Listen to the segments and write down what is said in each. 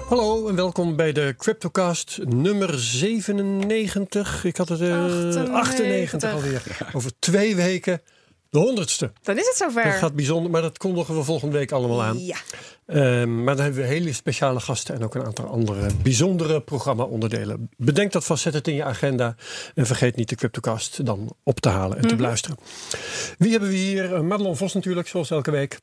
Hallo en welkom bij de CryptoCast nummer 97. Ik had het 98 alweer. Over 2 weken de 100ste. Dan is het zover. Dat gaat bijzonder, maar dat kondigen we volgende week allemaal aan. Ja. Maar dan hebben we hele speciale gasten en ook een aantal andere bijzondere programma-onderdelen. Bedenk dat vast, zet het in je agenda. En vergeet niet de CryptoCast dan op te halen en te beluisteren. Wie hebben we hier? Madelon Vos natuurlijk, zoals elke week.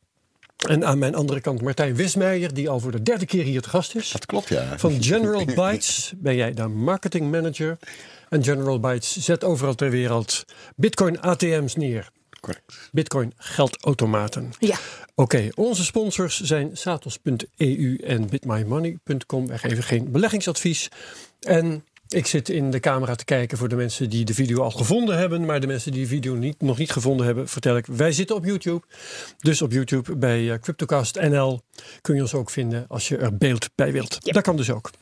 En aan mijn andere kant Martijn Wismeijer, die al voor de 3e keer hier te gast is. Dat klopt, ja. Van General Bytes ben jij de marketing manager. En General Bytes zet overal ter wereld Bitcoin ATM's neer. Correct. Bitcoin geldautomaten. Ja. Oké, onze sponsors zijn Satos.eu en bitmymoney.com. Wij geven geen beleggingsadvies. En ik zit in de camera te kijken voor de mensen die de video al gevonden hebben. Maar de mensen die de video nog niet gevonden hebben, vertel ik. Wij zitten op YouTube. Dus op YouTube bij CryptoCast NL kun je ons ook vinden als je er beeld bij wilt. Ja. Dat kan dus ook.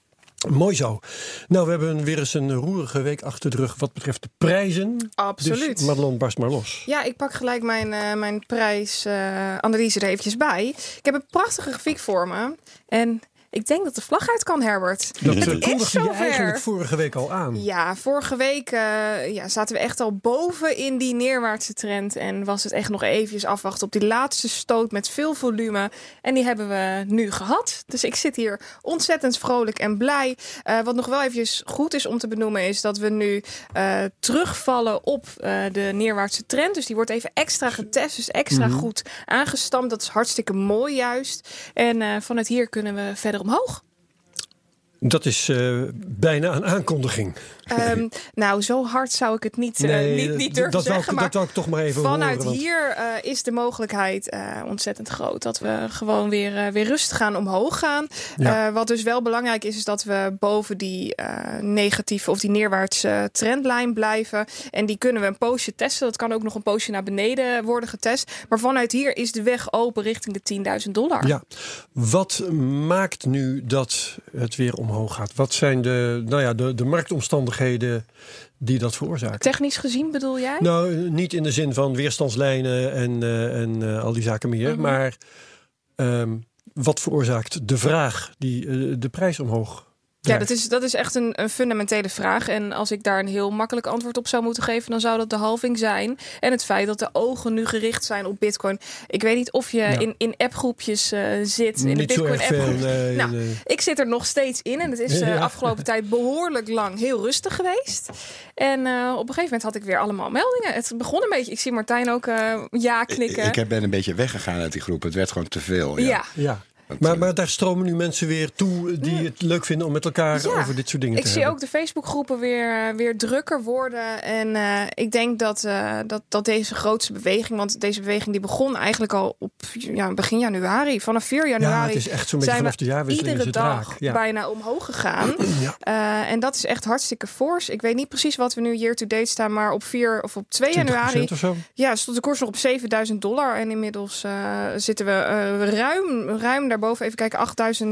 Mooi zo. Nou, we hebben weer eens een roerige week achter de rug wat betreft de prijzen. Absoluut. Dus Madelon, barst maar los. Ja, ik pak gelijk mijn prijsanalyse er eventjes bij. Ik heb een prachtige grafiek voor me. En ik denk dat de vlag uit kan, Herbert. Dat het kondigde is je zover. eigenlijk vorige week al aan. Ja, vorige week zaten we echt al boven in die neerwaartse trend. En was het echt nog eventjes afwachten op die laatste stoot met veel volume. En die hebben we nu gehad. Dus ik zit hier ontzettend vrolijk en blij. Wat nog wel eventjes goed is om te benoemen is dat we nu terugvallen op de neerwaartse trend. Dus die wordt even extra getest, dus extra goed aangestampt. Dat is hartstikke mooi juist. En vanuit hier kunnen we verder omhoog. Dat is bijna een aankondiging. Nou, zo hard zou ik het niet durven zeggen. Maar dat wou ik toch maar even vanuit horen. Want hier is de mogelijkheid ontzettend groot. Dat we gewoon weer rustig gaan omhoog gaan. Ja. Wat dus wel belangrijk is dat we boven die negatieve of die neerwaartse trendlijn blijven. En die kunnen we een poosje testen. Dat kan ook nog een poosje naar beneden worden getest. Maar vanuit hier is de weg open richting de $10.000. ja, wat maakt nu dat het weer omhoog gaat? Wat zijn de marktomstandigheden die dat veroorzaken? Technisch gezien bedoel jij? Nou, niet in de zin van weerstandslijnen en al die zaken meer. Maar wat veroorzaakt de vraag die de prijs omhoog Ja, drijft? dat is echt een fundamentele vraag. En als ik daar een heel makkelijk antwoord op zou moeten geven, dan zou dat de halving zijn. En het feit dat de ogen nu gericht zijn op Bitcoin. Ik weet niet of je in appgroepjes zit. In de Niet zo Bitcoin erg veel, appgroepjes. nee. Ik zit er nog steeds in. En het is afgelopen tijd behoorlijk lang heel rustig geweest. En op een gegeven moment had ik weer allemaal meldingen. Het begon een beetje. Ik zie Martijn ook ja knikken. Ik ben een beetje weggegaan uit die groep. Het werd gewoon te veel. Ja. Maar daar stromen nu mensen weer toe die het leuk vinden om met elkaar over dit soort dingen te hebben. Ik zie ook de Facebookgroepen weer drukker worden. En ik denk dat deze grootste beweging, want deze beweging die begon eigenlijk al op begin januari. Vanaf 4 januari Ja, het is echt zo'n beetje vanaf de jaarwisseling iedere is het dag raak. Ja. bijna omhoog gegaan. Ja. En dat is echt hartstikke fors. Ik weet niet precies wat we nu year to date staan, maar op 4 of op 2 januari. of zo? Ja, stond de koers nog op $7.000. En inmiddels zitten we ruim daarboven. Even kijken,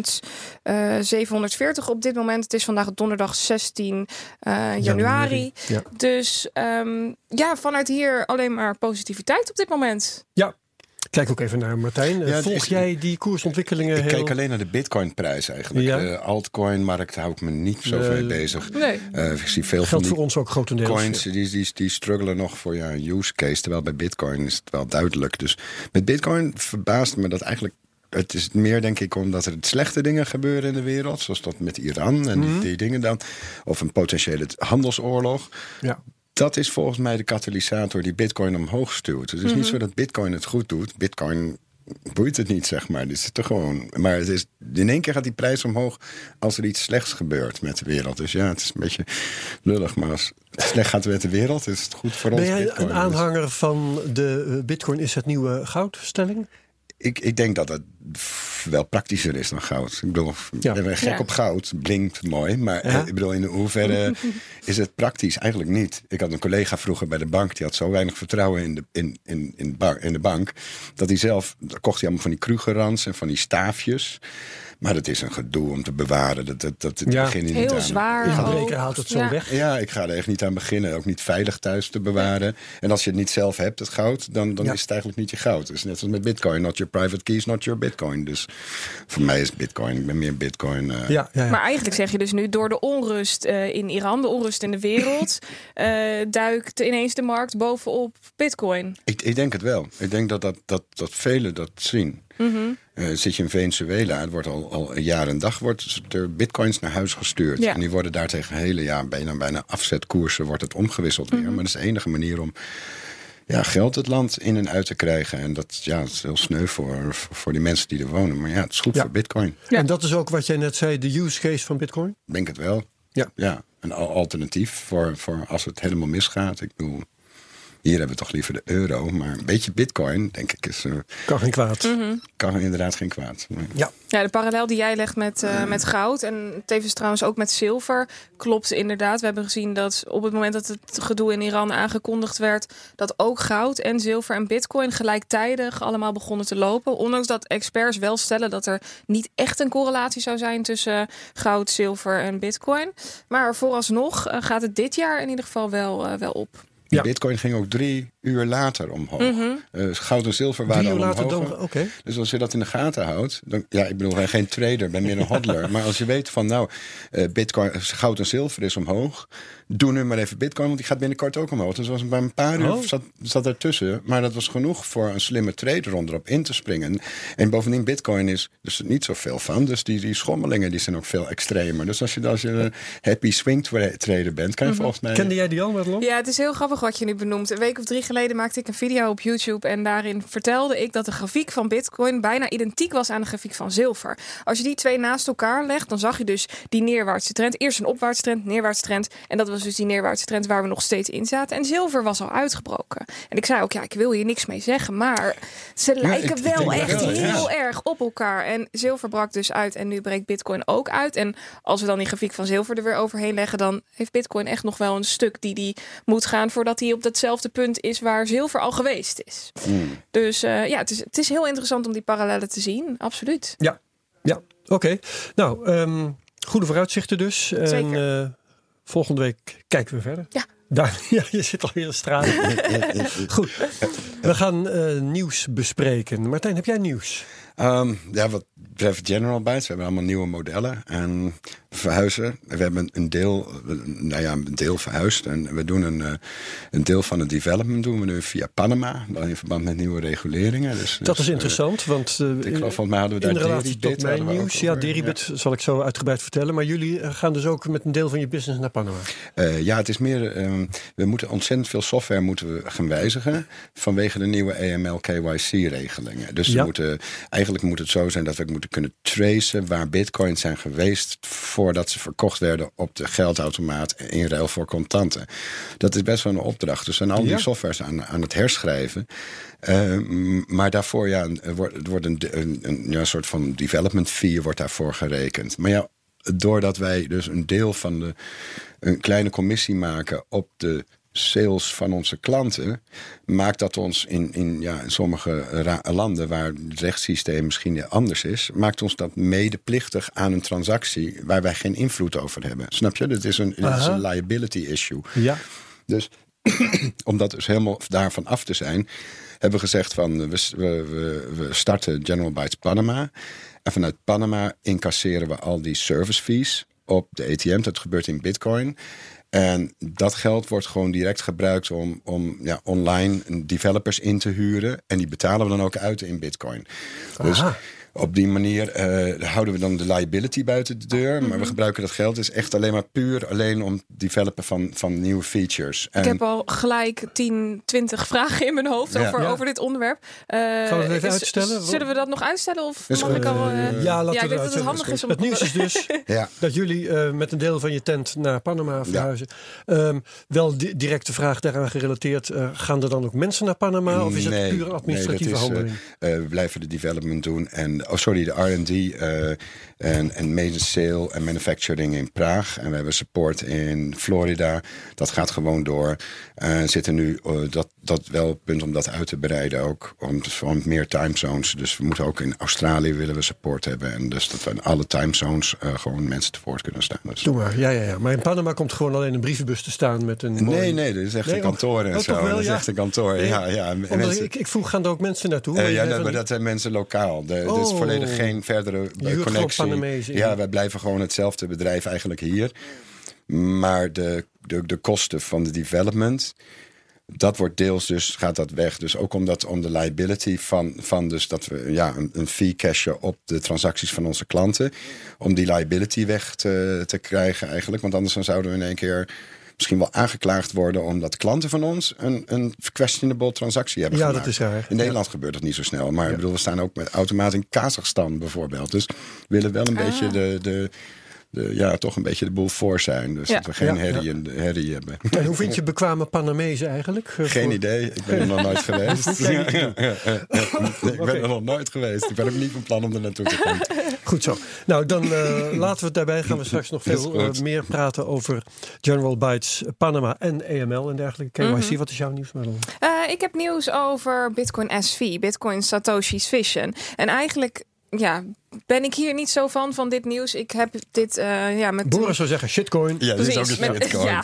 8.740 op dit moment. Het is vandaag donderdag 16 januari. Ja. Dus vanuit hier alleen maar positiviteit op dit moment. Ja. Kijk ook even naar Martijn. Ja, Volg jij die koersontwikkelingen? Ik kijk alleen naar de Bitcoin-prijs eigenlijk. Ja. De altcoin-markt hou ik me niet zoveel bezig. Nee. Ik zie veel van Geldt die voor ons ook grotendeels. coins die struggelen nog voor een use case. Terwijl bij Bitcoin is het wel duidelijk. Dus met Bitcoin verbaast me dat eigenlijk. Het is meer, denk ik, omdat er slechte dingen gebeuren in de wereld. Zoals dat met Iran en die dingen dan. Of een potentiële handelsoorlog. Ja. Dat is volgens mij de katalysator die Bitcoin omhoog stuwt. Het is niet zo dat Bitcoin het goed doet. Bitcoin boeit het niet, zeg maar. Dit is toch gewoon. Maar het is, in één keer gaat die prijs omhoog als er iets slechts gebeurt met de wereld. Dus ja, het is een beetje lullig. Maar als het slecht gaat met de wereld, is het goed voor ons. Ben jij Bitcoin. een aanhanger van de Bitcoin is het nieuwe goudstelling? Ik denk dat het wel praktischer is dan goud. Ik bedoel, ik ben gek op goud. Blinkt mooi. Maar ik bedoel, in hoeverre is het praktisch? Eigenlijk niet. Ik had een collega vroeger bij de bank. Die had zo weinig vertrouwen in de bank. Dat hij zelf, kocht hij allemaal van die Krugerrands en van die staafjes. Maar het is een gedoe om te bewaren. Dat begin je niet heel aan. zwaar. De ook. breker haalt het zo weg. Ja, ik ga er echt niet aan beginnen. Ook niet veilig thuis te bewaren. En als je het niet zelf hebt, het goud, dan is het eigenlijk niet je goud. Dus net als met Bitcoin. Not your private keys, not your Bitcoin. Dus voor mij is Bitcoin. Ik ben meer Bitcoin. Maar eigenlijk zeg je dus nu, door de onrust in Iran, de onrust in de wereld, duikt ineens de markt bovenop Bitcoin. Ik denk het wel. Ik denk dat velen dat zien. Mm-hmm. Zit je in Venezuela, het wordt al een jaar en dag wordt er bitcoins naar huis gestuurd. Ja. En die worden daar tegen hele jaar bijna afzetkoersen wordt het omgewisseld weer. Maar dat is de enige manier om geld het land in en uit te krijgen. En dat is heel sneu voor die mensen die er wonen. Maar het is goed voor bitcoin. Ja. En dat is ook wat jij net zei, de use case van bitcoin? Ik denk het wel. Ja. Een alternatief voor als het helemaal misgaat. Ik bedoel, hier hebben we toch liever de euro. Maar een beetje bitcoin, denk ik, Kan geen kwaad. Mm-hmm. Kan inderdaad geen kwaad. Nee. Ja, de parallel die jij legt met goud en tevens trouwens ook met zilver klopt inderdaad. We hebben gezien dat op het moment dat het gedoe in Iran aangekondigd werd, dat ook goud en zilver en bitcoin gelijktijdig allemaal begonnen te lopen. Ondanks dat experts wel stellen dat er niet echt een correlatie zou zijn tussen goud, zilver en bitcoin. Maar vooralsnog gaat het dit jaar in ieder geval wel op. Die bitcoin ging ook 3 uur later omhoog. Mm-hmm. Goud en zilver waren 3 uur al later omhoog. dan, oké. Dus als je dat in de gaten houdt, dan, ik bedoel, ik ben geen trader, ben meer een hodler. Maar als je weet van, bitcoin, goud en zilver is omhoog, doe nu maar even bitcoin, want die gaat binnenkort ook omhoog. Dus was bij een paar uur zat ertussen, maar dat was genoeg voor een slimme trader om erop in te springen. En bovendien, bitcoin is dus niet zoveel van, dus die schommelingen die zijn ook veel extremer. Dus als je een happy swing trader bent, kan je volgens mij... Kende jij die al, Madelon? Ja, het is heel grappig wat je nu benoemt. Een week of 3 geleden maakte ik een video op YouTube en daarin vertelde ik dat de grafiek van Bitcoin bijna identiek was aan de grafiek van zilver. Als je die twee naast elkaar legt, dan zag je dus die neerwaartse trend. Eerst een opwaartse trend, neerwaartse trend. En dat was dus die neerwaartse trend waar we nog steeds in zaten. En zilver was al uitgebroken. En ik zei ook, ik wil hier niks mee zeggen, maar ze lijken wel echt heel erg op elkaar. En zilver brak dus uit en nu breekt Bitcoin ook uit. En als we dan die grafiek van zilver er weer overheen leggen, dan heeft Bitcoin echt nog wel een stuk die moet gaan voordat hij op datzelfde punt is waar zilver al geweest is. Dus het is heel interessant om die parallellen te zien. Absoluut. Ja. Oké. Nou, goede vooruitzichten dus. Zeker. En volgende week kijken we verder. Ja. Je zit alweer in de straat. Goed. We gaan nieuws bespreken. Martijn, heb jij nieuws? Wat betreft General Bytes, we hebben allemaal nieuwe modellen en verhuizen. We hebben een deel verhuisd en we doen een deel van het development doen we nu via Panama, dan in verband met nieuwe reguleringen. Dat is interessant, want ik geloof, volgens mij hadden we in daar relatie tot mijn nieuws. Ja, Deribit zal ik zo uitgebreid vertellen. Maar jullie gaan dus ook met een deel van je business naar Panama. Het is meer, we moeten ontzettend veel software gaan wijzigen vanwege de nieuwe AML KYC-regelingen. Dus eigenlijk moet het zo zijn dat we moeten kunnen tracen waar bitcoins zijn geweest voordat ze verkocht werden op de geldautomaat in ruil voor contanten. Dat is best wel een opdracht. Dus zijn al die softwares aan het herschrijven. Maar daarvoor wordt een soort van development fee wordt daarvoor gerekend. Maar doordat wij dus een deel van een kleine commissie maken op de sales van onze klanten, maakt dat ons in sommige landen waar het rechtssysteem misschien anders is, maakt ons dat medeplichtig aan een transactie waar wij geen invloed over hebben. Snap je? Dat is een liability issue. Ja. Dus om dat dus helemaal daarvan af te zijn, hebben we gezegd van we starten General Bytes Panama. En vanuit Panama incasseren we al die service fees op de ATM. Dat gebeurt in Bitcoin. En dat geld wordt gewoon direct gebruikt om online developers in te huren. En die betalen we dan ook uit in Bitcoin. Dus op die manier houden we dan de liability buiten de deur. Maar we gebruiken dat geld dus echt alleen om developen van nieuwe features. Ik heb al gelijk 10, 20 vragen in mijn hoofd over dit onderwerp. Gaan we het even uitstellen? Zullen we dat nog uitstellen? Of dus mag ik al... laten we ik denk dat het handig is om... Het nieuws is dus dat jullie met een deel van je tent naar Panama verhuizen. Wel directe vraag daaraan gerelateerd. Gaan er dan ook mensen naar Panama? Of is het puur administratieve handeling? We blijven de development doen. En de R&D en major sale en manufacturing in Praag. En we hebben support in Florida. Dat gaat gewoon door. Zitten nu dat wel het punt om dat uit te breiden ook. Om meer timezones. Dus we moeten ook in Australië willen we support hebben. En dus dat we in alle timezones gewoon mensen te woord kunnen staan. Dus. Doe maar, ja. Maar in Panama komt gewoon alleen een brievenbus te staan met een... Nee, dat is echt een kantoor en zo. Wel, dat is echt een kantoor, ja. Mensen... Ik vroeg, gaan er ook mensen naartoe? Maar dat zijn mensen lokaal. Er is volledig geen verdere connectie. Ja, wij blijven gewoon hetzelfde bedrijf eigenlijk hier. Maar de kosten van de development, dat wordt deels dus, gaat dat weg. Dus ook om de liability van dus dat we een fee cashen op de transacties van onze klanten. Om die liability weg te krijgen eigenlijk. Want anders dan zouden we in één keer misschien wel aangeklaagd worden omdat klanten van ons een questionable transactie hebben gemaakt. Dat is raar. In Nederland gebeurt dat niet zo snel. Maar ik bedoel, we staan ook met automaten in Kazachstan bijvoorbeeld. Dus we willen wel een beetje toch een beetje de boel voor zijn. Dus dat we geen herrie hebben. En hoe vind je bekwame Panamezen eigenlijk? Geen idee. Ik ben er nog nooit geweest. Ik ben er nog nooit geweest. Ik ben ook niet van plan om er naartoe te komen. Goed zo. Nou, dan laten we het daarbij. Gaan we straks nog veel meer praten over General Bytes, Panama en AML en dergelijke. KYC, wat is jouw nieuws, Madelon? Ik heb nieuws over Bitcoin SV, Bitcoin Satoshi's Vision. En eigenlijk ben ik hier niet zo van dit nieuws. Ik heb dit met... Boris zou zeggen shitcoin. Ja, dit is ook een shitcoin.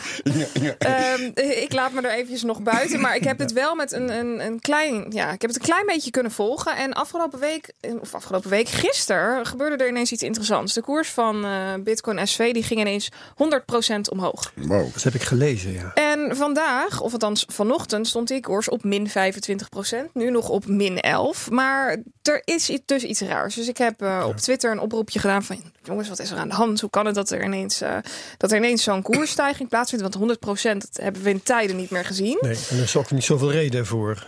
Ik laat me er eventjes nog buiten. Maar ik heb het wel met een klein... Ja, ik heb het een klein beetje kunnen volgen. En afgelopen week, gisteren, gebeurde er ineens iets interessants. De koers van Bitcoin SV, die ging ineens 100% omhoog. Wow. Dat heb ik gelezen, ja. En vandaag, of althans vanochtend, stond die koers op min 25%. Nu nog op min 11%. Maar er is dus iets raars. Dus ik heb op Twitter een oproepje gedaan van... jongens, wat is er aan de hand? Hoe kan het dat er ineens zo'n koersstijging plaatsvindt? Want 100% dat hebben we in tijden niet meer gezien. Nee, en er is ook niet zoveel reden voor.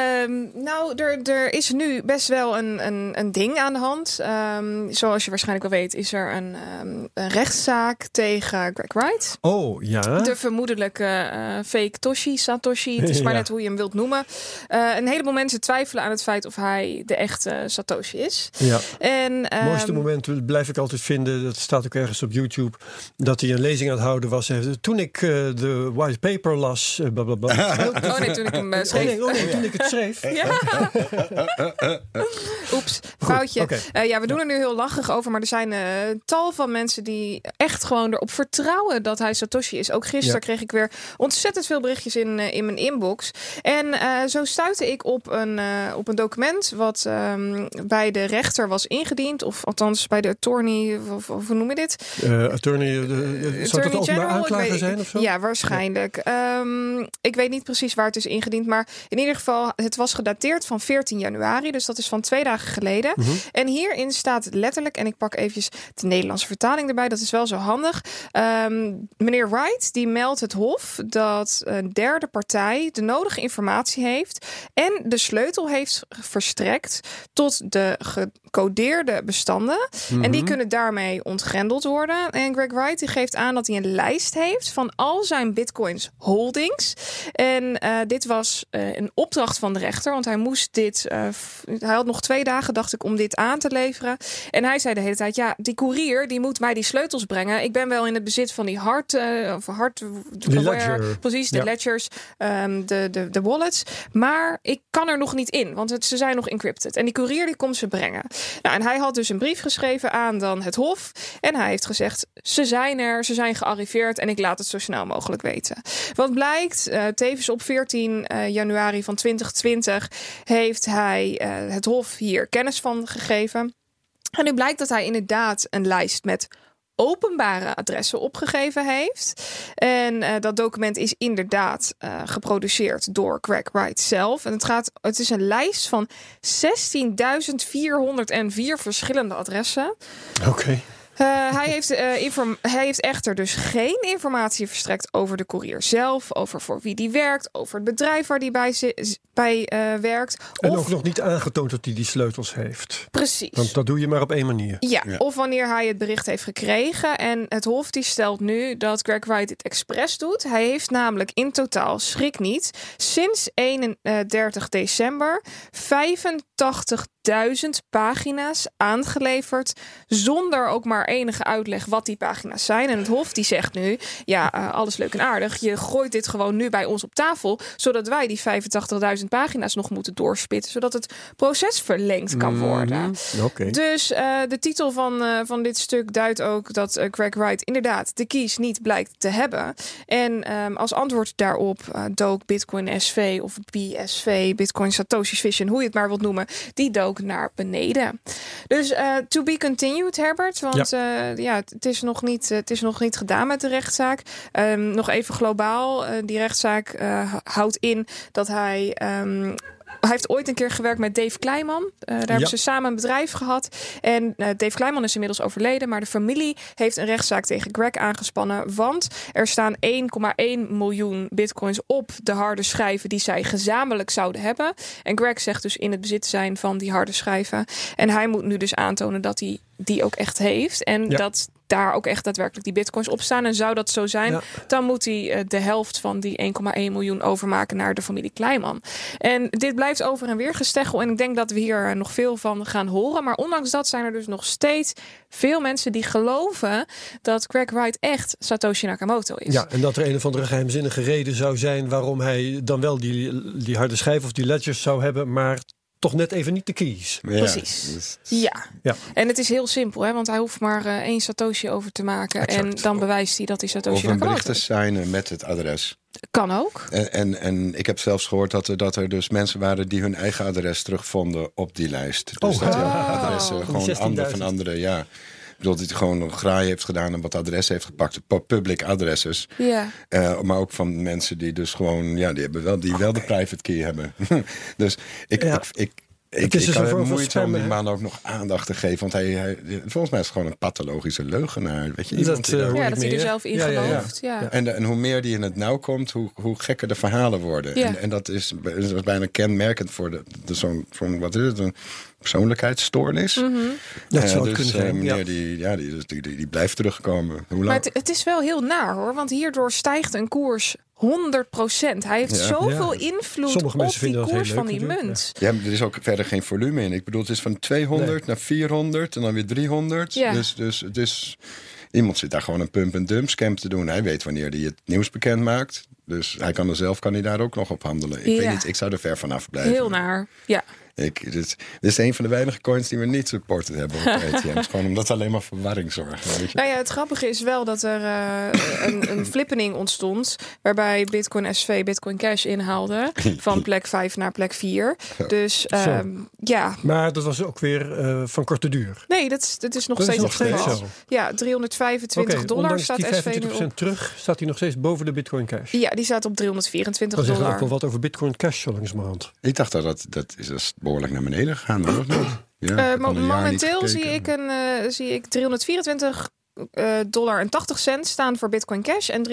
Er is nu best wel een ding aan de hand. Zoals je waarschijnlijk wel weet, is er een rechtszaak tegen Greg Wright. Oh, ja. De vermoedelijke fake Satoshi. Het is maar net hoe je hem wilt noemen. Een heleboel mensen twijfelen aan het feit of hij de echte Satoshi is. Ja. En, het mooiste moment blijf ik altijd vinden, dat staat ook ergens op YouTube, dat hij een lezing aan het houden was. Toen ik de white paper las, blablabla. Toen ik hem schreef. Toen ik het schreef. Oeps, foutje. Okay. We doen er nu heel lachig over, maar er zijn tal van mensen die echt gewoon erop vertrouwen dat hij Satoshi is. Ook gisteren kreeg ik weer ontzettend veel berichtjes in mijn inbox. En zo stuitte ik op een document wat bij de rechter was ingediend, of althans bij de attorney, of hoe noem je dit? Attorney, zou dat ook maar aanklager zijn of zo? Ja, waarschijnlijk. Ja. Ik weet niet precies waar het is ingediend, maar in ieder geval, het was gedateerd van 14 januari, dus dat is van 2 dagen geleden. En hierin staat letterlijk, en ik pak eventjes de Nederlandse vertaling erbij, dat is wel zo handig. Meneer Wright, die meldt het Hof dat een derde partij de nodige informatie heeft en de sleutel heeft verstrekt tot de gecodeerde bestanden. En die kunnen daarmee ontgrendeld worden. En Greg Wright die geeft aan dat hij een lijst heeft van al zijn bitcoins holdings. En dit was een opdracht van de rechter, want hij moest dit... hij had nog 2 dagen, dacht ik, om dit aan te leveren. En hij zei de hele tijd, die koerier die moet mij die sleutels brengen. Ik ben wel in het bezit van die ledger. Precies, de ledgers, de wallets. Maar ik kan er nog niet in, want ze zijn nog encrypted. En die koerier die komt ze brengen. Nou, en hij had dus een brief geschreven aan dan het Hof. En hij heeft gezegd, ze zijn er, ze zijn gearriveerd en ik laat het zo snel mogelijk weten. Wat blijkt, tevens op 14 januari van 2020 heeft hij het Hof hier kennis van gegeven. En nu blijkt dat hij inderdaad een lijst met openbare adressen opgegeven heeft. En dat document is inderdaad geproduceerd door Greg Wright zelf. En het is een lijst van 16.404 verschillende adressen. Oké. Hij heeft echter dus geen informatie verstrekt over de koerier zelf, over voor wie die werkt, over het bedrijf waar die bij werkt. En ook nog niet aangetoond dat hij die sleutels heeft. Precies. Want dat doe je maar op 1 manier. Ja, of wanneer hij het bericht heeft gekregen. En het Hof die stelt nu dat Greg Wright dit expres doet. Hij heeft namelijk in totaal, schrik niet, sinds 31 december 85 pagina's aangeleverd zonder ook maar enige uitleg wat die pagina's zijn. En het Hof die zegt nu, alles leuk en aardig. Je gooit dit gewoon nu bij ons op tafel, zodat wij die 85.000 pagina's nog moeten doorspitten, zodat het proces verlengd kan worden. Okay. Dus de titel van dit stuk duidt ook dat Greg Wright inderdaad de keys niet blijkt te hebben. En als antwoord daarop dook Bitcoin SV of BSV, Bitcoin Satoshi's Vision, hoe je het maar wilt noemen, die dook naar beneden. Dus to be continued, Herbert, want het is nog niet gedaan met de rechtszaak. Nog even globaal, die rechtszaak houdt in dat hij heeft ooit een keer gewerkt met Dave Kleiman. Daar hebben ze samen een bedrijf gehad. En Dave Kleiman is inmiddels overleden. Maar de familie heeft een rechtszaak tegen Greg aangespannen. Want er staan 1,1 miljoen bitcoins op de harde schijven die zij gezamenlijk zouden hebben. En Greg zegt dus in het bezit zijn van die harde schijven. En hij moet nu dus aantonen dat hij die ook echt heeft. En dat daar ook echt daadwerkelijk die bitcoins op staan. En zou dat zo zijn, dan moet hij de helft van die 1,1 miljoen overmaken naar de familie Kleiman. En dit blijft over en weer gesteggel. En ik denk dat we hier nog veel van gaan horen. Maar ondanks dat zijn er dus nog steeds veel mensen die geloven dat Greg Wright echt Satoshi Nakamoto is. Ja, en dat er een of andere geheimzinnige reden zou zijn waarom hij dan wel die harde schijf of die ledgers zou hebben, maar toch net even niet de keys. Ja, precies. Ja. En het is heel simpel, hè, want hij hoeft maar 1 Satoshi over te maken. Exact. En dan bewijst hij dat hij Satoshi Nakamoto is. Of een bericht te signen met het adres. Kan ook. En ik heb zelfs gehoord dat er dus mensen waren die hun eigen adres terugvonden op die lijst. Dus dat die adressen gewoon van anderen, Ik bedoel, dat hij gewoon een graai heeft gedaan en wat adressen heeft gepakt. Public adresses. Ja. Maar ook van mensen die dus gewoon, die hebben wel de private key hebben. Dus ik kan het moeite om die man ook nog aandacht te geven. Want hij volgens mij is het gewoon een pathologische leugenaar. Weet je, dat hij er zelf in gelooft. Ja. En hoe meer die in het nauw komt, hoe gekker de verhalen worden. Ja. En dat is bijna kenmerkend voor zo'n wat is het, een persoonlijkheidsstoornis. Dat zou het kunnen zijn. Meneer die blijft terugkomen. Hoe lang? Maar het is wel heel naar, hoor. Want hierdoor stijgt een koers 100%. Hij heeft zoveel invloed op die koers van die munt. Ja, er is ook verder geen volume in. Ik bedoel, het is van 200 naar 400 en dan weer 300. Ja. Dus het is, iemand zit daar gewoon een pump-and-dump scam te doen. Hij weet wanneer hij het nieuws bekend maakt. Dus hij kan daar ook nog op handelen. Ik weet niet, ik zou er ver vanaf blijven. Heel naar, ja. Dit is een van de weinige coins die we niet supported hebben op de ATM's. Gewoon omdat alleen maar verwarring zorgt. Weet je? Nou ja, het grappige is wel dat er een flippening ontstond. Waarbij Bitcoin SV Bitcoin Cash inhaalde. Van plek 5 naar plek 4. Dus Maar dat was ook weer van korte duur. Nee, dat is nog steeds het geval. Ja, $325 staat die SV nu op. terug staat hij nog steeds boven de Bitcoin Cash. Ja, die staat op $324. Dat zegt ook wel wat over Bitcoin Cash zo langzamerhand. Ik dacht dat is behoorlijk naar beneden gegaan. Maar nog niet. Ja, momenteel zie ik $324,80 staan voor Bitcoin Cash en $325,22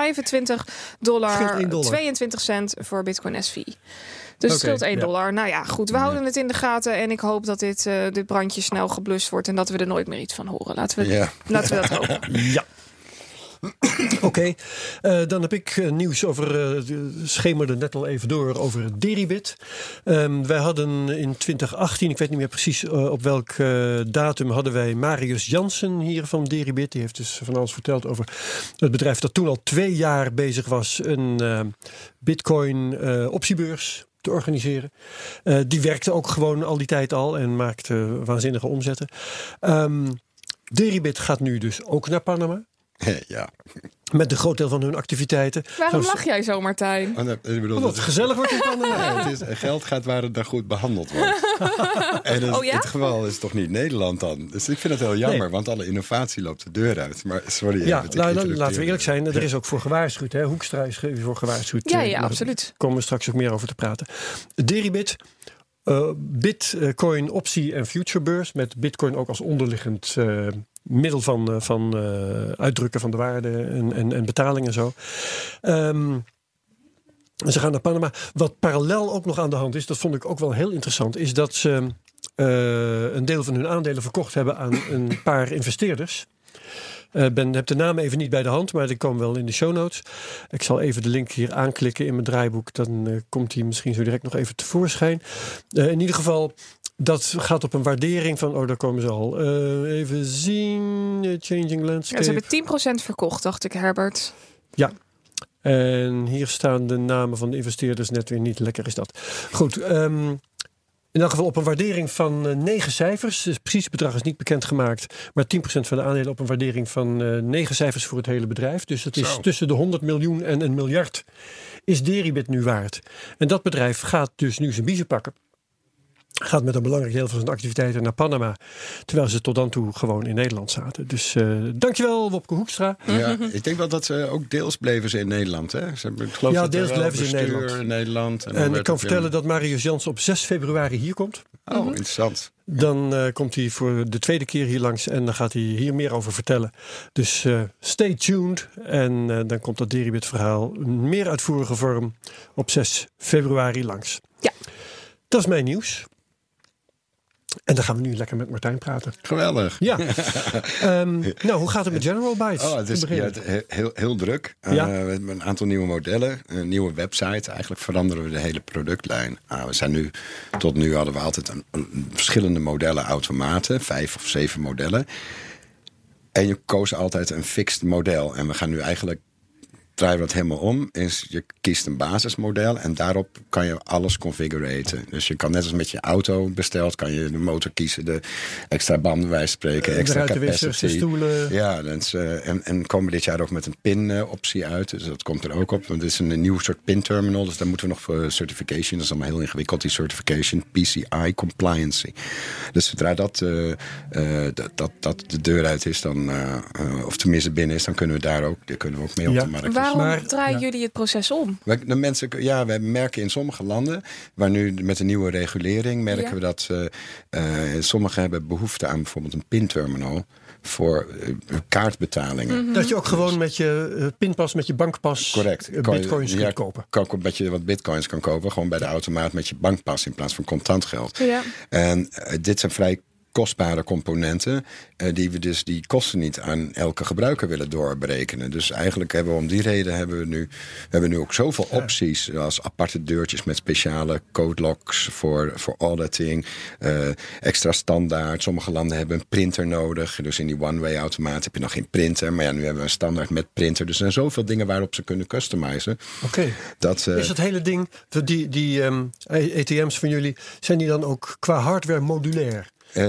voor Bitcoin SV. Dus het scheelt $1. Nou ja, goed. We houden het in de gaten. En ik hoop dat dit brandje snel geblust wordt. En dat we er nooit meer iets van horen. Laten we dat hopen. Ja. Oké, dan heb ik nieuws over, schemerde net al even door, over Deribit. Wij hadden in 2018, ik weet niet meer precies op welk datum, hadden wij Marius Jansen hier van Deribit. Die heeft dus van alles verteld over het bedrijf dat toen al 2 jaar bezig was een Bitcoin optiebeurs te organiseren. Die werkte ook gewoon al die tijd al en maakte waanzinnige omzetten. Deribit gaat nu dus ook naar Panama. Ja. Met een groot deel van hun activiteiten. Waarom lach jij zo, Martijn? Omdat het gezellig wordt in Panama. Geld gaat waar het daar goed behandeld wordt. En in dit geval is het toch niet Nederland dan. Dus ik vind het heel jammer, want alle innovatie loopt de deur uit. Maar sorry. Laten we eerlijk zijn. Er is ook voor gewaarschuwd. Hè? Hoekstra is voor gewaarschuwd. Ja, absoluut. Daar komen we straks ook meer over te praten. Deribit. Bitcoin optie en futurebeurs. Met Bitcoin ook als onderliggend middel van uitdrukken van de waarde en betaling en zo. Ze gaan naar Panama. Wat parallel ook nog aan de hand is, dat vond ik ook wel heel interessant, is dat ze een deel van hun aandelen verkocht hebben aan een paar investeerders. Heb de naam even niet bij de hand, maar die komen wel in de show notes. Ik zal even de link hier aanklikken in mijn draaiboek. Dan komt die misschien zo direct nog even tevoorschijn. In ieder geval, Dat gaat op een waardering van... daar komen ze al. Even zien. Changing Landscape. Ja, ze hebben 10% verkocht, dacht ik, Herbert. Ja. En hier staan de namen van de investeerders net weer niet. Lekker is dat. Goed. In elk geval op een waardering van 9 cijfers. Dus precies het bedrag is niet bekendgemaakt. Maar 10% van de aandelen op een waardering van 9 cijfers voor het hele bedrijf. Dus dat is tussen de 100 miljoen en 1 miljard is Deribit nu waard. En dat bedrijf gaat dus nu zijn biezen pakken. Gaat met een belangrijk deel van zijn activiteiten naar Panama. Terwijl ze tot dan toe gewoon in Nederland zaten. Dus dankjewel Wopke Hoekstra. Ja, ik denk wel dat ze ook deels bleven ze in Nederland. Hè? Ze hebben, ik geloof dat deels bleven ze in Nederland. En ik kan vertellen dat Marius Jansen op 6 februari hier komt. Oh, interessant. Dan komt hij voor de tweede keer hier langs. En dan gaat hij hier meer over vertellen. Dus stay tuned. En dan komt dat Deribit verhaal in meer uitvoerige vorm op 6 februari langs. Ja. Dat is mijn nieuws. En dan gaan we nu lekker met Martijn praten. Geweldig. Ja. Nou, hoe gaat het met General Bytes? Het is heel druk. We hebben een aantal nieuwe modellen. Een nieuwe website. Eigenlijk veranderen we de hele productlijn. Tot nu hadden we altijd verschillende modellen automaten. 5 of 7 modellen. En je koos altijd een fixed model. En we gaan nu eigenlijk... draaien we dat helemaal om. Je kiest een basismodel en daarop kan je alles configuraten. Dus je kan net als met je auto besteld, kan je de motor kiezen, de extra banden bij spreken, extra capacity. De stoelen. Ja, en komen dit jaar ook met een PIN-optie uit. Dus dat komt er ook op. Want het is een nieuw soort PIN-terminal. Dus daar moeten we nog voor certification. Dat is allemaal heel ingewikkeld, die certification. PCI compliancy. Dus zodra dat de deur uit is, dan, of tenminste binnen is, dan kunnen we ook mee op de markt. Waarom draaien jullie het proces om? We merken in sommige landen, waar nu met de nieuwe regulering, merken we dat sommigen hebben behoefte aan bijvoorbeeld een pinterminal voor kaartbetalingen. Mm-hmm. Dat je ook gewoon met je pinpas, met je bankpas bitcoins kunt kopen. Kan ook dat je wat bitcoins kan kopen, gewoon bij de automaat met je bankpas in plaats van contant geld. Ja. En dit zijn vrij kostbare componenten die kosten niet aan elke gebruiker willen doorberekenen. Dus eigenlijk hebben we nu ook zoveel opties als aparte deurtjes met speciale code locks voor auditing, extra standaard. Sommige landen hebben een printer nodig. Dus in die one-way automaat heb je nog geen printer. Maar nu hebben we een standaard met printer. Dus er zijn zoveel dingen waarop ze kunnen customizen. Oké. Is het hele ding, die ATM's van jullie, zijn die dan ook qua hardware modulair?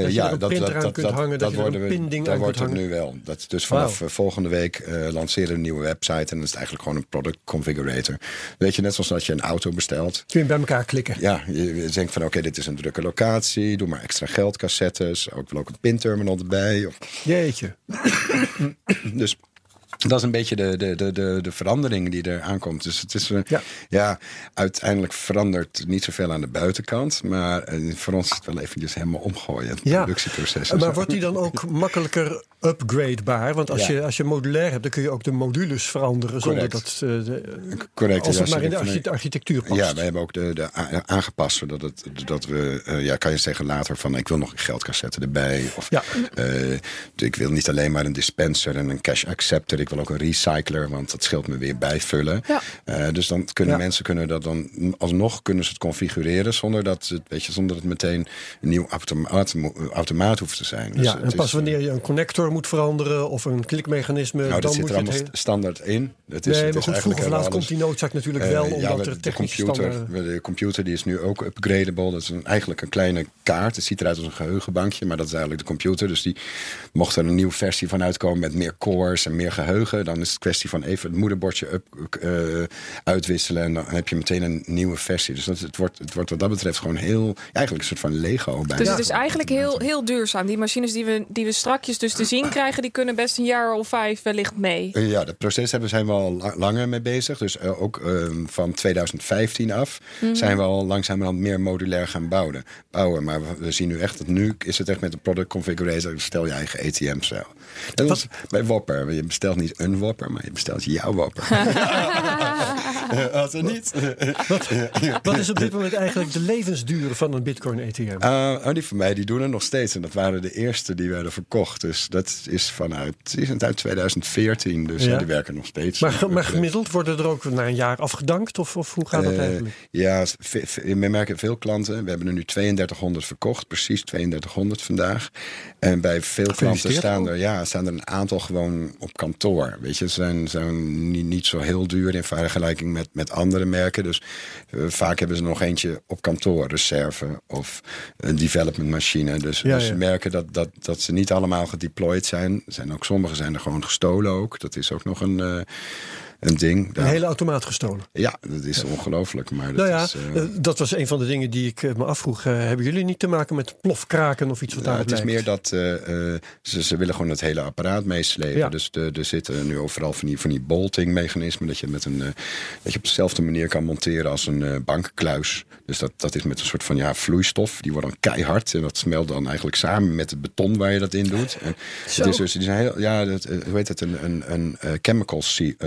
Dat wordt het nu wel. Dus vanaf volgende week lanceren we een nieuwe website. En dat is eigenlijk gewoon een product configurator. Weet je, net zoals dat je een auto bestelt. Kun je bij elkaar klikken. Ja, je denkt van oké, dit is een drukke locatie. Doe maar extra geldcassettes. Ook een pinterminal erbij. Jeetje. Dus dat is een beetje de verandering die er aankomt. Dus het is uiteindelijk verandert niet zoveel aan de buitenkant. Maar voor ons is het wel eventjes helemaal omgooien. Het productieproces. Maar wordt die dan ook makkelijker upgradebaar? Want als je modulair hebt, dan kun je ook de modules veranderen. Correct. Zonder dat correct. Als het maar in de architectuur past. Ja, wij hebben ook de aangepast. Zodat we kan je zeggen later van ik wil nog een geldcassette erbij. Of ik wil niet alleen maar een dispenser en een cash acceptor. Ik wil ook een recycler, want dat scheelt me weer bijvullen. Ja. Dus dan kunnen mensen dat dan alsnog kunnen ze het configureren zonder dat het meteen een nieuw automaat hoeft te zijn. Dus en pas wanneer je een connector moet veranderen of een klikmechanisme, dan dat zit er allemaal standaard in. Maar goed, vroeg of laat komt die noodzaak natuurlijk wel, omdat er technische standaarden... De computer die is nu ook upgradable. Dat is eigenlijk een kleine kaart. Het ziet eruit als een geheugenbankje, maar dat is eigenlijk de computer. Dus die mocht er een nieuwe versie van uitkomen met meer cores en meer geheugen, dan is het kwestie van even het moederbordje uitwisselen en dan heb je meteen een nieuwe versie. Dus het wordt wat dat betreft gewoon eigenlijk een soort van Lego bij. Dus het is eigenlijk heel duurzaam. Die machines die we strakjes dus te zien krijgen, die kunnen best een jaar of 5 wellicht mee. Ja, dat proces zijn we al langer mee bezig. Dus ook van 2015 af zijn we al langzamerhand meer modulair gaan bouwen. Maar we zien nu echt dat nu is het echt met de product configurator, stel je eigen ATM-cel. Dat was bij Whopper. Je bestelt niet niet een whopper, maar je bestelt jouw whopper. Als er niet. Wat is op dit moment eigenlijk de levensduur van een Bitcoin ATM? Die van mij die doen het nog steeds. En dat waren de eerste die werden verkocht. Dus dat is uit 2014. Dus die werken nog steeds. Maar gemiddeld worden er ook na een jaar afgedankt? Of hoe gaat dat eigenlijk? Ja, we merken veel klanten. We hebben er nu 3200 verkocht. Precies 3200 vandaag. En bij veel klanten staan er een aantal gewoon op kantoor. Weet je, ze zijn niet zo heel duur in vergelijking met andere merken. Dus vaak hebben ze nog eentje op kantoor, reserve of een development machine. Dus ze merken dat ze niet allemaal gedeployed zijn. Sommige zijn er gewoon gestolen ook. Dat is ook nog een ding. Een hele automaat gestolen. Ja, dat is ongelooflijk. Maar dat was een van de dingen die ik me afvroeg. Hebben jullie niet te maken met plofkraken of iets wat daarop lijkt? Het is meer dat ze willen gewoon het hele apparaat meeslepen. Ja. Dus er zitten nu overal van die bolting mechanismen. Dat je dat je op dezelfde manier kan monteren als een bankkluis. Dus dat is met een soort van vloeistof. Die wordt dan keihard. En dat smelt dan eigenlijk samen met het beton waar je dat in doet. En het is dus hoe heet het? Een chemical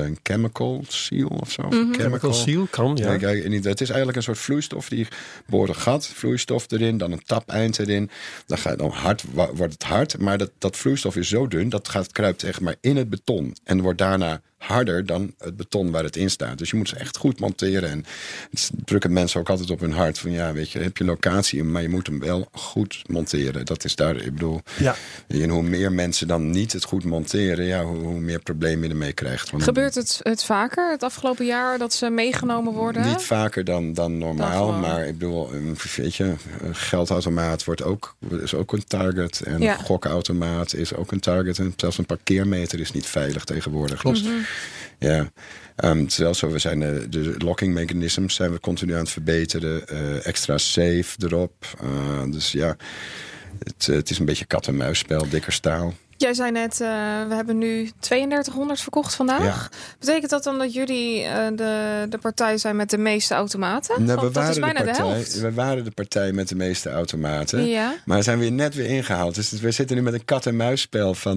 seal of zo. Mm-hmm. Chemical seal kan, ja. Het is eigenlijk een soort vloeistof. Die boort een gat, vloeistof erin, dan een tapeind erin. Dan wordt het hard. Maar dat vloeistof is zo dun, dat kruipt echt maar in het beton. En wordt daarna harder dan het beton waar het in staat. Dus je moet ze echt goed monteren. En het drukken mensen ook altijd op hun hart. Van weet je, heb je locatie, maar je moet hem wel goed monteren. Dat is daar, ik bedoel... Ja. En hoe meer mensen dan niet het goed monteren, hoe meer problemen je ermee krijgt. Gebeurt het vaker het afgelopen jaar dat ze meegenomen worden? Niet vaker dan normaal. Maar ik bedoel, weet je, een geldautomaat is ook een target. En een gokautomaat is ook een target. En zelfs een parkeermeter is niet veilig tegenwoordig. Klopt. Ja, het is wel zo. We zijn de locking mechanisms zijn we continu aan het verbeteren. Extra safe erop. Dus ja, het is een beetje kat-en-muisspel, dikker staal. Jij zei net, we hebben nu 3200 verkocht vandaag. Ja. Betekent dat dan dat jullie de partij zijn met de meeste automaten? Dat is bijna de helft. We waren de partij met de meeste automaten. Ja. Maar zijn we net weer ingehaald. Dus we zitten nu met een kat-en-muisspel van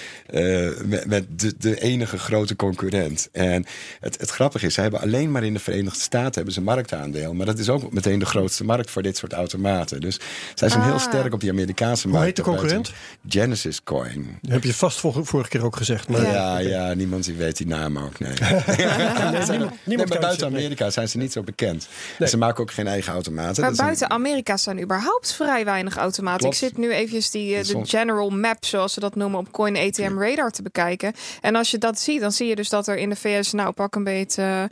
met de enige grote concurrent. En het grappige is, ze hebben alleen maar in de Verenigde Staten hebben ze marktaandeel. Maar dat is ook meteen de grootste markt voor dit soort automaten. Dus zij zijn heel sterk op die Amerikaanse markt. Hoe heet de concurrent? Genesis Coin. Dat heb je vast vorige keer ook gezegd. Maar ja, niemand die weet die naam ook. Nee. Niemand maar buiten Amerika zijn ze niet zo bekend. Nee. Ze maken ook geen eigen automaten. Maar buiten Amerika zijn überhaupt vrij weinig automaten. Klopt. Ik zit nu eventjes de general map, zoals ze dat noemen, op Coin ATM Radar te bekijken. En als je dat ziet, dan zie je dus dat er in de VS pak een beetje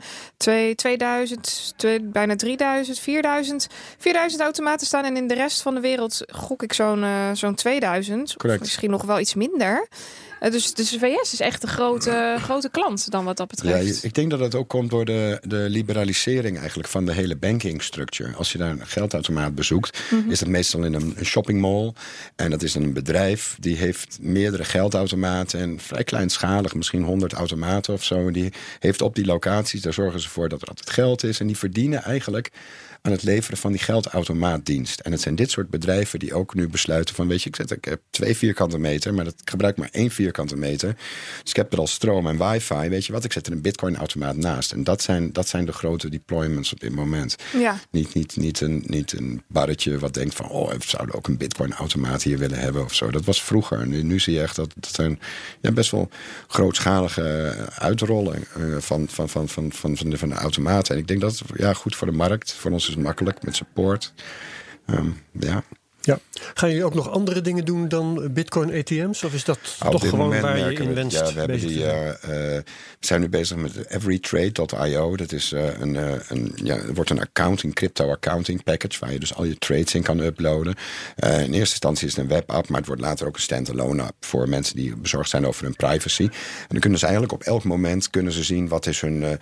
2000, bijna 3000, 4000 automaten staan. En in de rest van de wereld gok ik zo'n 2000. Correct. Of misschien nog wel iets minder. Dus de VS is echt een grote klant dan wat dat betreft. Ja, ik denk dat het ook komt door de liberalisering eigenlijk van de hele banking structure. Als je daar een geldautomaat bezoekt, is dat meestal in een shopping mall. En dat is dan een bedrijf die heeft meerdere geldautomaten en vrij kleinschalig, misschien 100 automaten of zo. Die heeft op die locaties, daar zorgen ze voor dat er altijd geld is. En die verdienen eigenlijk aan het leveren van die geldautomaatdienst. En het zijn dit soort bedrijven die ook nu besluiten van, weet je, ik heb 2 vierkante meter, maar ik gebruik maar 1 vierkante meter. Dus ik heb er al stroom en wifi. Weet je wat, ik zet er een bitcoin-automaat naast. En dat zijn de grote deployments op dit moment. Ja. Niet een barretje wat denkt van, we zouden ook een bitcoin-automaat hier willen hebben of zo. Dat was vroeger. Nu zie je echt dat zijn best wel grootschalige uitrollen van de automaten. En ik denk dat het goed voor de markt. Voor ons is het makkelijk met support. Ja. Gaan jullie ook nog andere dingen doen dan Bitcoin ATM's? Of is dat toch gewoon waar je in wenst? Ja, we zijn nu bezig met everytrade.io. Dat is er wordt een crypto accounting package waar je dus al je trades in kan uploaden. In eerste instantie is het een webapp, maar het wordt later ook een standalone app voor mensen die bezorgd zijn over hun privacy. En dan kunnen ze eigenlijk op elk moment zien wat is hun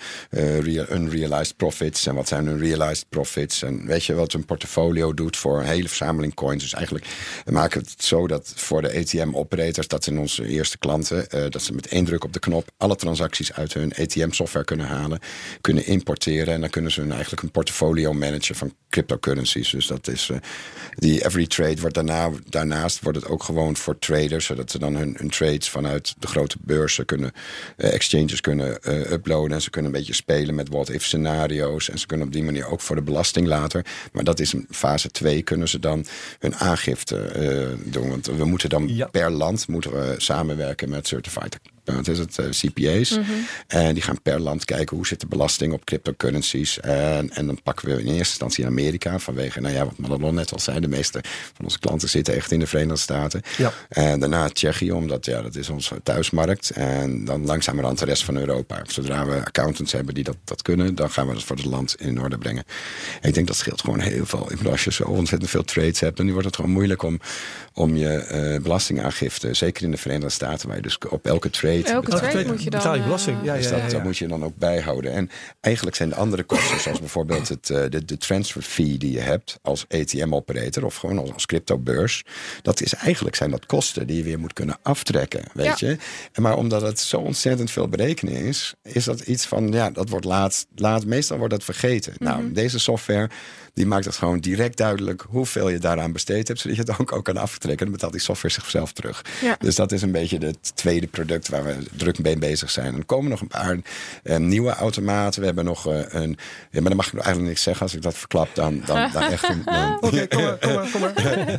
unrealized profits en wat zijn hun realized profits. En weet je wat hun portfolio doet voor een hele verzameling coins. coins. Dus eigenlijk maken we het zo dat voor de ATM-operators, dat zijn onze eerste klanten, dat ze met 1 druk op de knop alle transacties uit hun ATM-software kunnen halen, kunnen importeren. En dan kunnen ze eigenlijk een portfolio managen van cryptocurrencies. Dus dat is die every trade wordt daarnaast wordt het ook gewoon voor traders, zodat ze dan hun trades vanuit de grote beurzen kunnen, exchanges kunnen uploaden. En ze kunnen een beetje spelen met what-if scenario's. En ze kunnen op die manier ook voor de belasting later. Maar dat is in fase 2 kunnen ze dan hun aangifte doen. Want we moeten dan per land moeten we samenwerken met Certified. Dat is het CPA's. En die gaan per land kijken hoe zit de belasting op cryptocurrencies. En dan pakken we in eerste instantie in Amerika. Vanwege, wat Madelon net al zei. De meeste van onze klanten zitten echt in de Verenigde Staten. Ja. En daarna Tsjechië, omdat dat is onze thuismarkt. En dan langzamerhand de rest van Europa. Zodra we accountants hebben die dat kunnen, dan gaan we dat voor het land in orde brengen. En ik denk dat scheelt gewoon heel veel. Ik bedoel, als je zo ontzettend veel trades hebt, dan nu wordt het gewoon moeilijk om je belastingaangifte, zeker in de Verenigde Staten, waar je dus op elke trade moet je dan betaal je belasting. Dat moet je dan ook bijhouden. En eigenlijk zijn de andere kosten, zoals bijvoorbeeld de transfer fee die je hebt als ATM-operator of gewoon als cryptobeurs. Zijn dat kosten die je weer moet kunnen aftrekken, weet je. Maar omdat het zo ontzettend veel berekenen is dat iets van, dat wordt meestal wordt dat vergeten. Nou, deze software die maakt het gewoon direct duidelijk hoeveel je daaraan besteed hebt, zodat je het ook kan aftrekken. Dan betaalt die software zichzelf terug. Ja. Dus dat is een beetje het tweede product waar we druk mee bezig zijn. En er komen nog een paar nieuwe automaten. We hebben nog een... Ja, maar dan mag ik eigenlijk niks zeggen. Als ik dat verklap, dan echt... Oké, kom maar.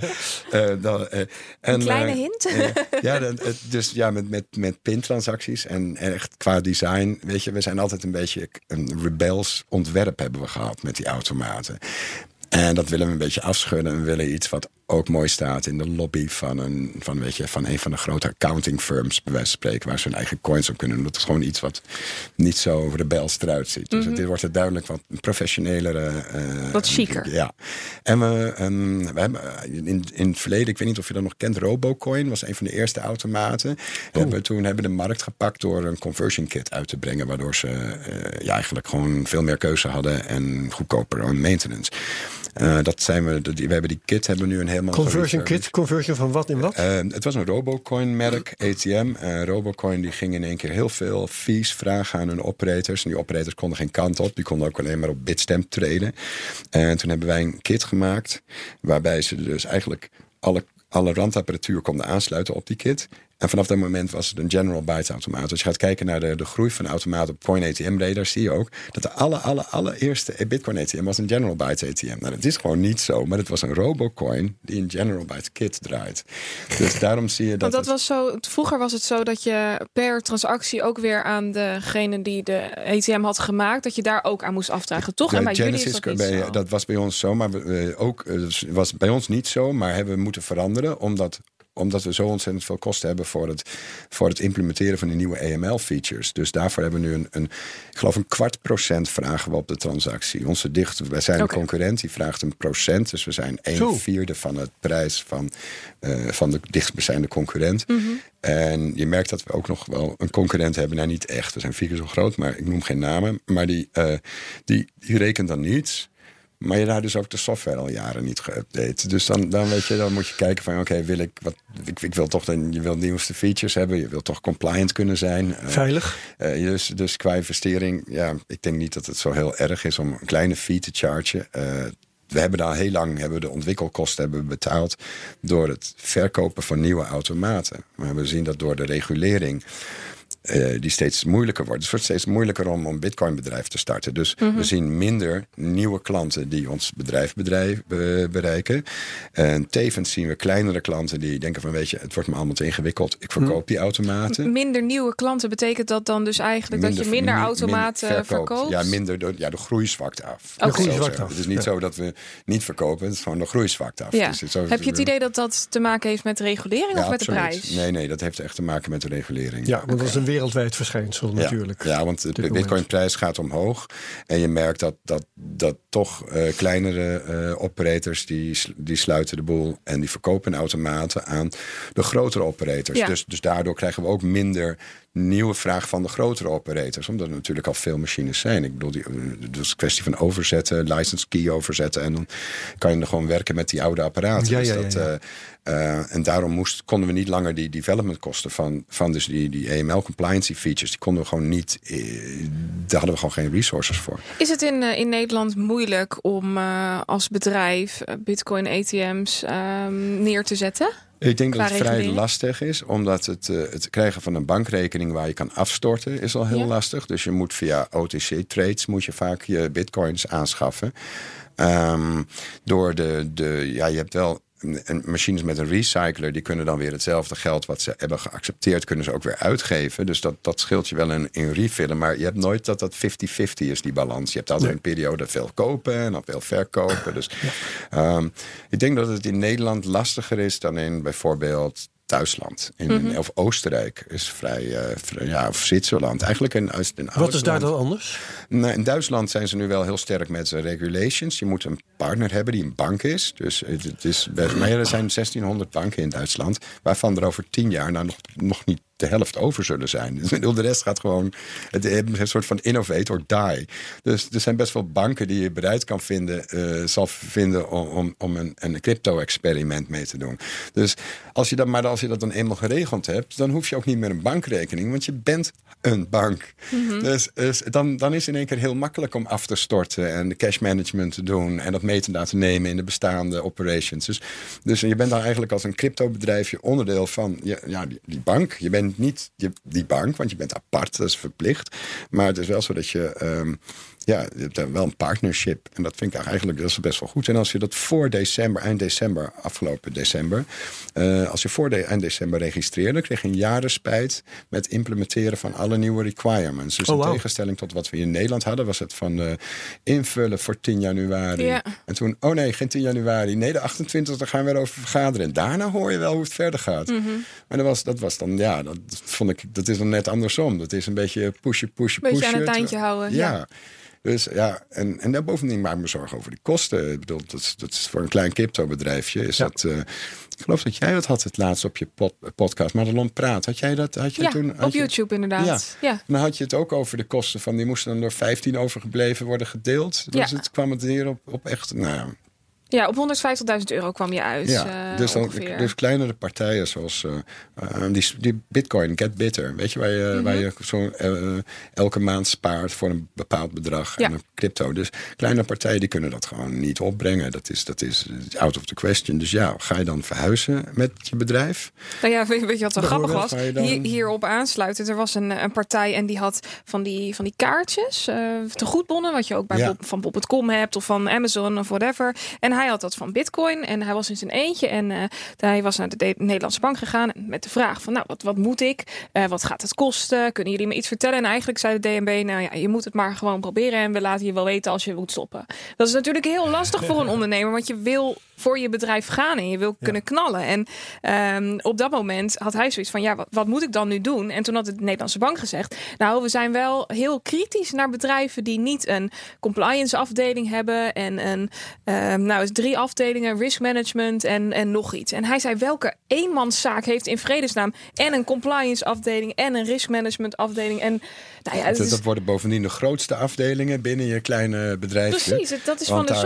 Een kleine hint? Dus met pintransacties en echt qua design, weet je, we zijn altijd een beetje een rebels ontwerp hebben we gehad met die automaten. En dat willen we een beetje afschudden. En we willen iets wat ook mooi staat in de lobby van een van de grote accounting firms, bij wijze van spreken, waar ze hun eigen coins op kunnen doen. Dat is gewoon iets wat niet zo rebels eruit ziet. Dus dit wordt het duidelijk wat professionelele... wat chiquer. Ja. En we hebben in het verleden, ik weet niet of je dat nog kent, Robocoin was een van de eerste automaten. Toen hebben de markt gepakt door een conversion kit uit te brengen, waardoor ze eigenlijk gewoon veel meer keuze hadden en goedkoper maintenance. We hebben die kit hebben we nu een helemaal... Conversion van wat in wat? Het was een Robocoin-merk, ATM. Robocoin die ging in één keer heel veel fees vragen aan hun operators. En die operators konden geen kant op. Die konden ook alleen maar op Bitstamp traden. En toen hebben wij een kit gemaakt, waarbij ze dus eigenlijk alle randapparatuur konden aansluiten op die kit. En vanaf dat moment was het een general byte automaat. Als je gaat kijken naar de groei van de automaten op Coin ATM Radar, zie je ook dat de allereerste Bitcoin ATM was een general byte ATM. Nou, dat is gewoon niet zo, maar het was een Robocoin die een general byte kit draait. Dus daarom zie je dat... Want dat was zo, vroeger was het zo dat je per transactie ook weer aan degene die de ATM had gemaakt, dat je daar ook aan moest afdragen, toch? Ja, en bij Genesis, jullie is dat niet zo. Dat was bij ons zo, maar was bij ons niet zo, maar hebben we moeten veranderen, omdat we zo ontzettend veel kosten hebben voor het implementeren van die nieuwe AML-features. Dus daarvoor hebben we nu ik geloof 0,25% vragen we op de transactie. Wij zijn een concurrent, die vraagt 1%. Dus we zijn 1/4 van het prijs van de dichtstbijzijnde concurrent. En je merkt dat we ook nog wel een concurrent hebben. Nou, niet echt, we zijn 4 keer zo groot, maar ik noem geen namen. Maar die rekent dan niets. Maar je daar dus ook de software al jaren niet geüpdate. Dus dan weet je, dan moet je kijken van oké, ik wil toch je wil de nieuwste features hebben. Je wilt toch compliant kunnen zijn. Veilig. Dus qua investering, ik denk niet dat het zo heel erg is om een kleine fee te chargen. We hebben daar heel lang de ontwikkelkosten betaald door het verkopen van nieuwe automaten. Maar we zien dat door de regulering die steeds moeilijker wordt. Het wordt steeds moeilijker om een Bitcoin-bedrijf te starten. Dus we zien minder nieuwe klanten die ons bedrijf bereiken. En tevens zien we kleinere klanten die denken van weet je, het wordt me allemaal te ingewikkeld. Ik verkoop die automaten. Minder nieuwe klanten betekent dat dan dus eigenlijk dat je minder automaten verkoopt? Ja, de groei zwakt af. De groei zwakt af. Het is niet zo dat we niet verkopen. Het is gewoon de groei zwakt af. Ja. Dus heb je het idee dat dat te maken heeft met regulering of met de prijs? Nee, dat heeft echt te maken met de regulering. Ja, want dat is een wereldwijd verschijnsel natuurlijk. Ja, want de Bitcoin-prijs gaat omhoog. En je merkt dat toch kleinere operators die sluiten de boel en die verkopen automaten aan de grotere operators. Ja. Dus daardoor krijgen we ook minder nieuwe vraag van de grotere operators. Omdat er natuurlijk al veel machines zijn. Ik bedoel, het is een kwestie van overzetten, license key overzetten. En dan kan je er gewoon werken met die oude apparaten. En daarom konden we niet langer die development kosten van dus die AML compliancy features. Die konden we gewoon niet. Daar hadden we gewoon geen resources voor. Is het in Nederland moeilijk om als bedrijf Bitcoin ATM's neer te zetten? Ik denk dat het vrij regulering? lastig is, omdat het krijgen van een bankrekening waar je kan afstorten is al heel lastig. Dus je moet via OTC trades moet je vaak je bitcoins aanschaffen. Je hebt wel machines met een recycler, die kunnen dan weer hetzelfde geld wat ze hebben geaccepteerd, kunnen ze ook weer uitgeven. Dus dat scheelt je wel in refillen. Maar je hebt nooit dat 50-50 is, die balans. Je hebt altijd een periode veel kopen en dan veel verkopen. Dus ik denk dat het in Nederland lastiger is dan in bijvoorbeeld Duitsland. Of Oostenrijk is of Zwitserland. Eigenlijk Wat is daar dan anders? Nou, in Duitsland zijn ze nu wel heel sterk met regulations. Je moet een partner hebben die een bank is. Dus het is best, maar er zijn 1600 banken in Duitsland, waarvan er over 10 jaar nog niet de helft over zullen zijn. Dus de rest gaat gewoon een soort van innovate or die. Dus er zijn best wel banken die je bereid zal vinden om een crypto-experiment mee te doen. Dus als je dat dan eenmaal geregeld hebt, dan hoef je ook niet meer een bankrekening, want je bent een bank. Mm-hmm. Dus dan is het in één keer heel makkelijk om af te storten en de cash management te doen en dat mee te laten nemen in de bestaande operations. Dus je bent dan eigenlijk als een cryptobedrijfje onderdeel van die bank. Je bent niet die bank, want je bent apart, dat is verplicht. Maar het is wel zo dat je hebt wel een partnership. En dat vind ik eigenlijk dat is best wel goed. En als je dat voor afgelopen december, als je voor eind december registreerde, kreeg je een jarenspijt met implementeren van alle nieuwe requirements. Dus in tegenstelling tot wat we in Nederland hadden, was het van invullen voor 10 januari. Ja. En toen, geen 10 januari. Nee, de 28e gaan we erover vergaderen. En daarna hoor je wel hoe het verder gaat. Mm-hmm. Maar dat was dan, dat vond ik, dat is dan net andersom. Dat is een beetje pushen. Beetje aan het eindje houden. Ja. Dus en daar bovendien maak ik me zorgen over die kosten. Ik bedoel, dat is voor een klein cryptobedrijfje. Is dat, ik geloof dat jij dat had het laatst op je podcast. Madelon Praat. Had jij dat? Op YouTube inderdaad. Ja. En dan had je het ook over de kosten van die moesten dan door 15 overgebleven worden gedeeld. Dus het kwam het hier op echt. Ja, op €150.000 kwam je uit. Ja, dus kleinere partijen zoals die Bitcoin Get Bitter. Weet je, waar je zo elke maand spaart voor een bepaald bedrag en een crypto. Dus kleine partijen die kunnen dat gewoon niet opbrengen. Dat is out of the question. Dus ga je dan verhuizen met je bedrijf? Nou ja, weet je wat zo grappig was? Hierop aansluiten. Er was een partij en die had van die kaartjes, tegoedbonnen, wat je ook bij van Bob.com hebt of van Amazon of whatever. En hij had dat van Bitcoin en hij was in zijn eentje en hij was naar de Nederlandse bank gegaan met de vraag van wat moet ik? Wat gaat het kosten? Kunnen jullie me iets vertellen? En eigenlijk zei de DNB, je moet het maar gewoon proberen en we laten je wel weten als je moet stoppen. Dat is natuurlijk heel lastig voor een ondernemer, want je wil voor je bedrijf gaan en je wil kunnen knallen. En op dat moment had hij zoiets van, wat moet ik dan nu doen? En toen had de Nederlandse bank gezegd, we zijn wel heel kritisch naar bedrijven die niet een compliance afdeling hebben en 3 afdelingen, risk management en nog iets. En hij zei, welke eenmanszaak heeft in vredesnaam en een compliance afdeling en een risk management afdeling en dat worden bovendien de grootste afdelingen binnen je kleine bedrijfje. Precies, dat is van de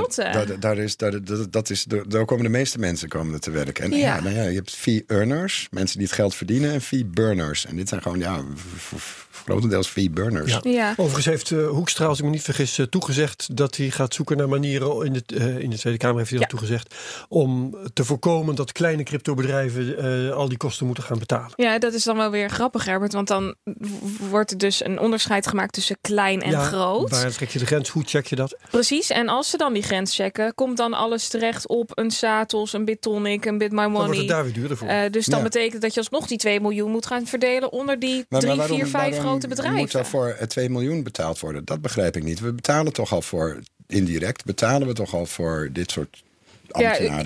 zotte. Daar komen de meeste mensen er te werken. En je hebt fee-earners, mensen die het geld verdienen, en fee-burners. En dit zijn gewoon grotendeels fee-burners. Ja. Overigens heeft Hoekstra, als ik me niet vergis, toegezegd dat hij gaat zoeken naar manieren, in de Tweede Kamer heeft hij dat toegezegd, om te voorkomen dat kleine cryptobedrijven al die kosten moeten gaan betalen. Ja, dat is dan wel weer grappig, Herbert, want dan wordt er dus een onderscheid gemaakt tussen klein en groot. Waar trek je de grens? Hoe check je dat? Precies, en als ze dan die grens checken, komt dan alles terecht op een Satos, een BitTonic, een BitMyMoney. Dan wordt het daar weer duurder voor. Dus dan betekent dat je alsnog die 2 miljoen moet gaan verdelen onder die 3, 4, 5 grote bedrijven. Moet daarvoor 2 miljoen betaald worden? Dat begrijp ik niet. We betalen toch al voor, indirect betalen we toch al voor dit soort ambtenarij?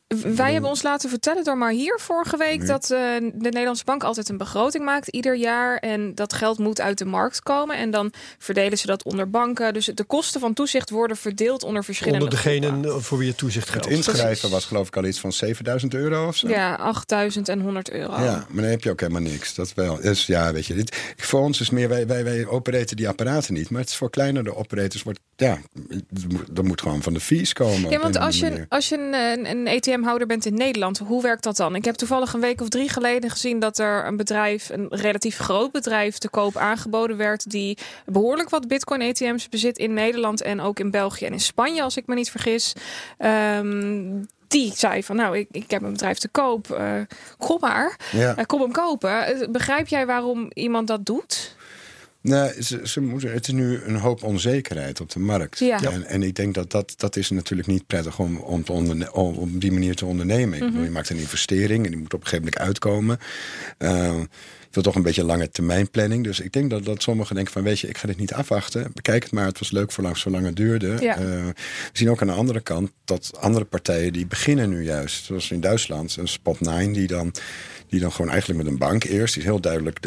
Wij hebben ons laten vertellen door Mahir vorige week dat de Nederlandse bank altijd een begroting maakt ieder jaar. En dat geld moet uit de markt komen. En dan verdelen ze dat onder banken. Dus de kosten van toezicht worden verdeeld onder verschillende onder degene voor wie het toezicht geldt. Het inschrijven was geloof ik al iets van €7.000 of zo. Ja, €8.100. Ja, maar dan heb je ook helemaal niks. Dat wel. Dus ja, weet je, voor ons is meer, wij operaten die apparaten niet. Maar het is voor kleinere operators dat moet gewoon van de fees komen. Ja, want als je een ETM-houder bent in Nederland, hoe werkt dat dan? Ik heb toevallig een week of 3 geleden gezien dat er een relatief groot bedrijf te koop aangeboden werd die behoorlijk wat Bitcoin-ETM's bezit in Nederland en ook in België en in Spanje, als ik me niet vergis. Die zei van, ik heb een bedrijf te koop. Kom maar. Ja. Kom hem kopen. Begrijp jij waarom iemand dat doet? Nee, het is nu een hoop onzekerheid op de markt. Ja. En ik denk dat is natuurlijk niet prettig om op die manier te ondernemen. Mm-hmm. Je maakt een investering en die moet op een gegeven moment uitkomen. Ik wil toch een beetje lange termijn planning. Dus ik denk dat sommigen denken van, weet je, ik ga dit niet afwachten. Bekijk het maar, het was leuk zolang het duurde. Ja. We zien ook aan de andere kant dat andere partijen die beginnen nu juist. Zoals in Duitsland, een Spot9 die dan gewoon eigenlijk met een bank eerst, die is heel duidelijk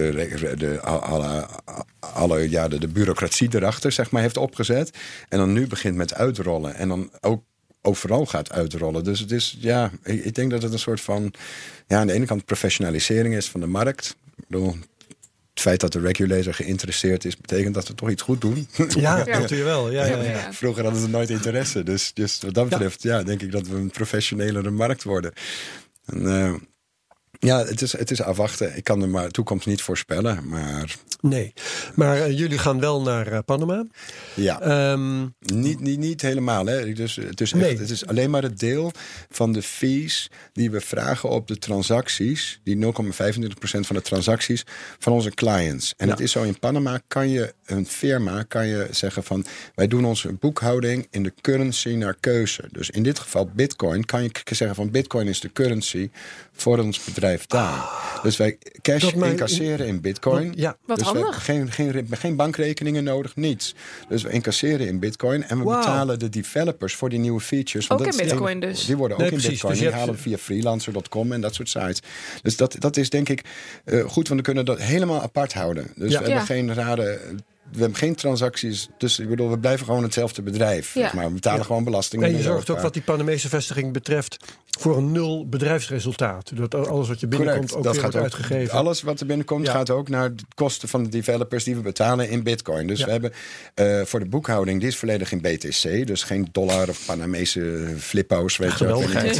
de bureaucratie erachter, zeg maar, heeft opgezet. En dan nu begint met uitrollen. En dan ook overal gaat uitrollen. Dus het is, ik denk dat het een soort van, aan de ene kant professionalisering is van de markt. Ik bedoel, het feit dat de regulator geïnteresseerd is, betekent dat we toch iets goed doen. Ja, natuurlijk wel. Ja. Vroeger hadden ze nooit interesse. Dus wat dat betreft, denk ik dat we een professionelere markt worden. En, het is afwachten. Ik kan de toekomst niet voorspellen, maar... Nee, maar jullie gaan wel naar Panama. Ja, niet helemaal. Hè. Dus het is alleen maar het deel van de fees die we vragen op de transacties. Die 0,25% van de transacties van onze clients. En het is zo, in Panama kan je zeggen van, wij doen onze boekhouding in de currency naar keuze. Dus in dit geval Bitcoin, kan je zeggen van, Bitcoin is de currency voor ons bedrijf daar. Dus wij cash incasseren in Bitcoin. Wat dus handig. We hebben geen bankrekeningen nodig, niets. Dus we incasseren in Bitcoin en we betalen de developers voor die nieuwe features. Want ook in Bitcoin dus. Die worden ook in Bitcoin. Dus die halen via freelancer.com en dat soort sites. Dus dat is denk ik goed, want we kunnen dat helemaal apart houden. Dus we hebben geen rare... We hebben geen transacties, dus we blijven gewoon hetzelfde bedrijf. Ja. Maar we betalen gewoon belastingen. En je zorgt ook wat die Panamese vestiging betreft voor een 0 bedrijfsresultaat. Dat alles wat je binnenkomt ook weer wordt uitgegeven. Alles wat er binnenkomt gaat ook naar de kosten van de developers die we betalen in Bitcoin. Dus we hebben voor de boekhouding, die is volledig in BTC. Dus geen dollar of Panamese flippo's. Weet je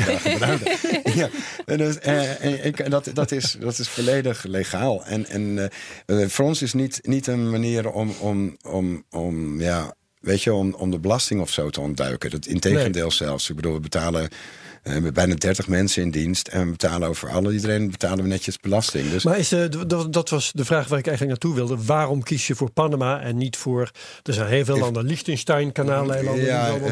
wat. Dat is volledig legaal. En voor ons is niet een manier om de belasting of zo te ontduiken. Integendeel zelfs. Ik bedoel, we betalen... We hebben bijna 30 mensen in dienst en we betalen over iedereen betalen we netjes belasting. Dus... Maar dat was de vraag waar ik eigenlijk naartoe wilde. Waarom kies je voor Panama en niet voor... Er zijn heel veel landen, Liechtenstein, Kanaaleilanden.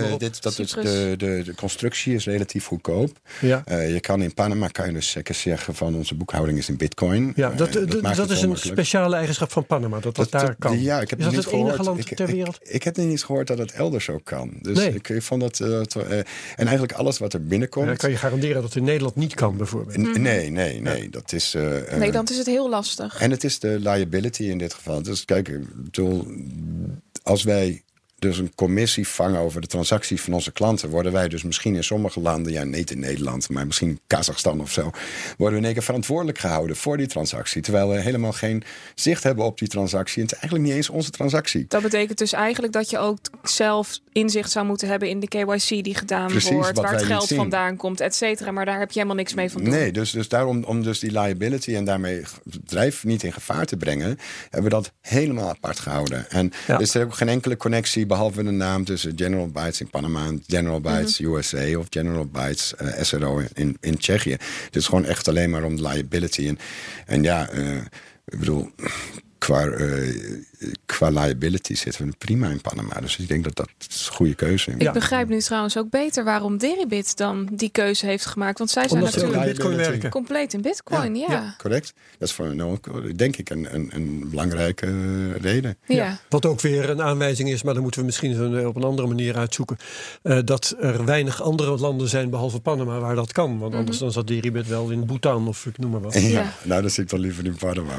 De constructie is relatief goedkoop. Ja. Je kan in Panama dus zeggen van onze boekhouding is in Bitcoin. Ja, dat is een speciale eigenschap van Panama, dat daar kan. Ja, ik heb is dat het enige land ter wereld? Ik heb niet gewoon dat het elders ook kan. Dus ik vond dat... en eigenlijk alles wat er binnenkomt... Ja, kan je garanderen dat het in Nederland niet kan, bijvoorbeeld? Nee. Dat is... Nederland is het heel lastig. En het is de liability in dit geval. Dus kijk, als wij dus een commissie vangen over de transacties van onze klanten, worden wij dus misschien in sommige landen, niet in Nederland, maar misschien Kazachstan of zo, worden we in één keer verantwoordelijk gehouden voor die transactie. Terwijl we helemaal geen zicht hebben op die transactie. En het is eigenlijk niet eens onze transactie. Dat betekent dus eigenlijk dat je ook zelf inzicht zou moeten hebben in de KYC die gedaan wordt, waar het geld vandaan komt, et cetera. Maar daar heb je helemaal niks mee van doen. Nee, dus daarom, om dus die liability en daarmee het bedrijf niet in gevaar te brengen, hebben we dat helemaal apart gehouden. En er is er ook geen enkele connectie behalve de naam tussen General Bytes in Panama en General Bytes USA of General Bytes SRO in Tsjechië. Het is gewoon echt alleen maar om de liability. Ik bedoel, qua liability zitten we prima in Panama. Dus ik denk dat is een goede keuze. Ik begrijp nu trouwens ook beter waarom Deribit dan die keuze heeft gemaakt. Want zij zijn omdat natuurlijk ze in Bitcoin werken. compleet in Bitcoin. Ja. Correct. Dat is voor denk ik een belangrijke reden. Ja. Wat ook weer een aanwijzing is, maar dan moeten we misschien op een andere manier uitzoeken. Dat er weinig andere landen zijn behalve Panama waar dat kan. Want anders dan zat Deribit wel in Bhutan of ik noem maar wat. Ja. Nou, dan zit ik dan liever in Panama.